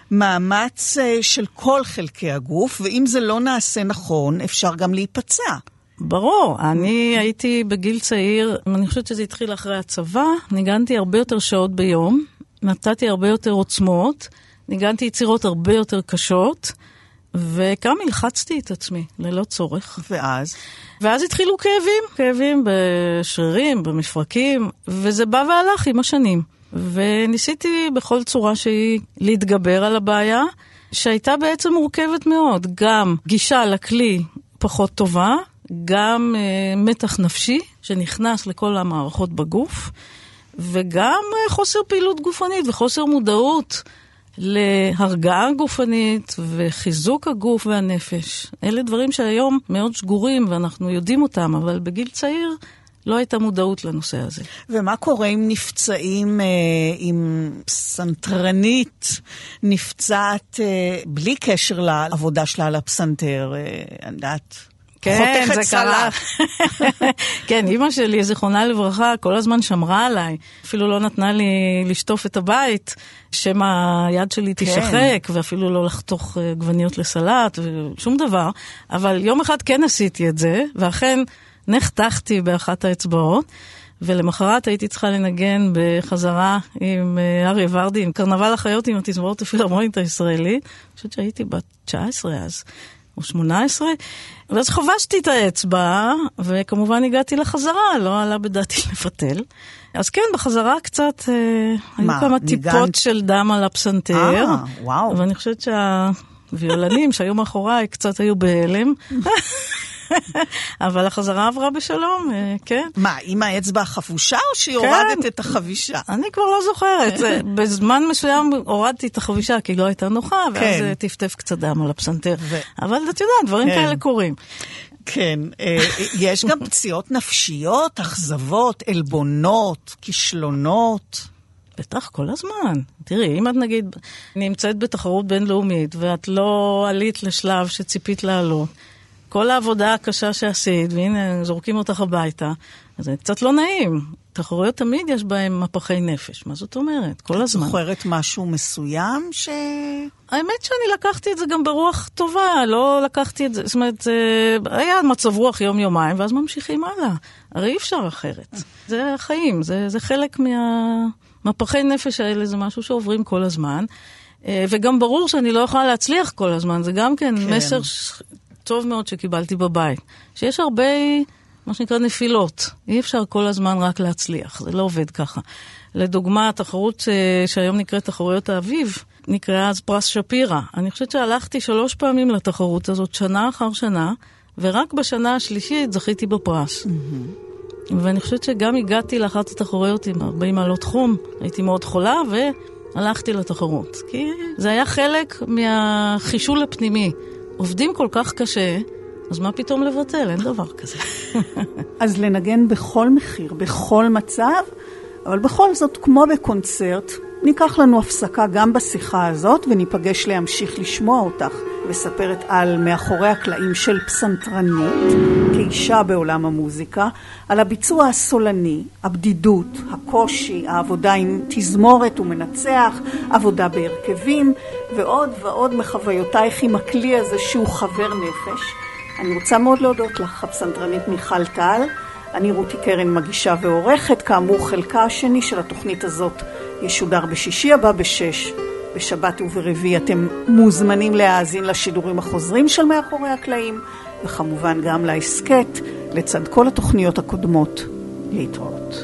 מאמץ של כל חלקי הגוף, ואם זה לא נעשה נכון, אפשר גם להיפצע. ברור, אני הייתי בגיל צעיר, אני חושבת שזה התחיל אחרי הצבא, ניגנתי הרבה יותר שעות ביום, נתתי הרבה יותר עוצמות, ניגנתי יצירות הרבה יותר קשות, וכמה הלחצתי את עצמי, ללא צורך. ואז? ואז התחילו כאבים, כאבים בשרירים, במפרקים, וזה בא והלך עם השנים. וניסיתי בכל צורה שהיא להתגבר על הבעיה, שהייתה בעצם מורכבת מאוד. גם גישה לכלי פחות טובה, גם uh, מתח נפשי שנכנס לכל המערכות בגוף, וגם uh, חוסר פעילות גופנית וחוסר מודעות להרגעה גופנית וחיזוק הגוף והנפש. אלה דברים שהיום מאוד שגורים ואנחנו יודעים אותם, אבל בגיל צעיר לא הייתה מודעות לנושא הזה. ומה קורה אם נפצעים, אה, עם סנטרנית נפצעת אה, בלי קשר לעבודה שלה על הפסנתר? אה, יודעת... כן, זה קרה. כן, אמא שלי, זיכרונה לברכה, כל הזמן שמרה עליי. אפילו לא נתנה לי לשטוף את הבית, שמא היד שלי תשחק, ואפילו לא לחתוך גווניות לסלט, ושום דבר. אבל יום אחד כן עשיתי את זה, ואכן נחתכתי באחת האצבעות, ולמחרת הייתי צריכה לנגן בחזרה עם אריה ורדי, עם קרנבל החיות, עם התזמורת הפילהרמונית הישראלית. אני חושבת שהייתי בת תשע עשרה אז. או שמונה עשרה, ואז חובשתי את האצבע, וכמובן הגעתי לחזרה, לא עלה בדעתי לפתל. אז כן, בחזרה קצת, אה, היו כמה טיפות ניגן... של דם על הפסנתר, אה, וואו. ואני חושבת שהוויולנים שהיו מאחוריי קצת היו בהלם, אבל החזרה עברה בשלום, כן. מה, עם האצבע החבושה או שהורדת את החבישה? אני כבר לא זוכרת. בזמן מסוים הורדתי את החבישה כי לא הייתה נוחה, ואז טפטף קצת דם על הפסנתר. אבל את יודעת, דברים כאלה קורים. כן, יש גם פציעות נפשיות, אכזבות, אלבונות, כישלונות. בטח, כל הזמן. תראי, אם את נגיד נמצאת בתחרות בינלאומית, ואת לא עלית לשלב שציפית לעלות, כל העבודה הקשה שעשית, והנה, זורקים אותך הביתה, אז זה קצת לא נעים. תחרויות תמיד יש בהם מפחי נפש. מה זאת אומרת? כל הזמן. זוכרת משהו מסוים ש... האמת שאני לקחתי את זה גם ברוח טובה, לא לקחתי את זה, זאת אומרת, היה מצב רוח יום-יומיים, ואז ממשיכים הלאה. הרי אי אפשר אחרת. זה החיים, זה, זה חלק מהמפחי נפש האלה, זה משהו שעוברים כל הזמן, וגם ברור שאני לא יכולה להצליח כל הזמן, זה גם כן, כן. מסר טוב מאוד שקיבלתי בבית, שיש הרבה, מה שנקרא נפילות, אי אפשר כל הזמן רק להצליח, זה לא עובד ככה. לדוגמה, התחרות שהיום נקראת תחרויות האביב, נקראה אז פרס שפירה. אני חושבת שהלכתי שלוש פעמים לתחרות הזאת, שנה אחר שנה, ורק בשנה השלישית זכיתי בפרס. Mm-hmm. ואני חושבת שגם הגעתי לאחת התחרויות עם ארבעים מעלות חום, הייתי מאוד חולה והלכתי לתחרות. כי זה היה חלק מהחישול הפנימי. עובדים כל כך קשה, אז מה פתאום לבטל? אין דבר כזה. אז לנגן בכל מחיר, בכל מצב, אבל בכל זאת, כמו בקונצרט, ניקח לנו הפסקה גם בשיחה הזאת, וניפגש להמשיך לשמוע אותך, וספרת על מאחורי הקלעים של פסנתרנית, כאישה בעולם המוזיקה, על הביצוע הסולני, הבדידות, הקושי, העבודה עם תזמורת ומנצח, עבודה בהרכבים, ועוד ועוד מחוויותייך עם הכלי הזה שהוא חבר נפש. אני רוצה מאוד להודות לך, הפסנתרנית מיכל טל. אני רותי קרן, מגישה ועורכת. כאמור, חלקה השני של התוכנית הזאת ישודר בשישי הבא בשש. בשבת וברביעי אתם מוזמנים להאזין לשידורים החוזרים של מאחורי הקלעים, וכמובן גם להסקט לצד כל התוכניות הקודמות. להתראות.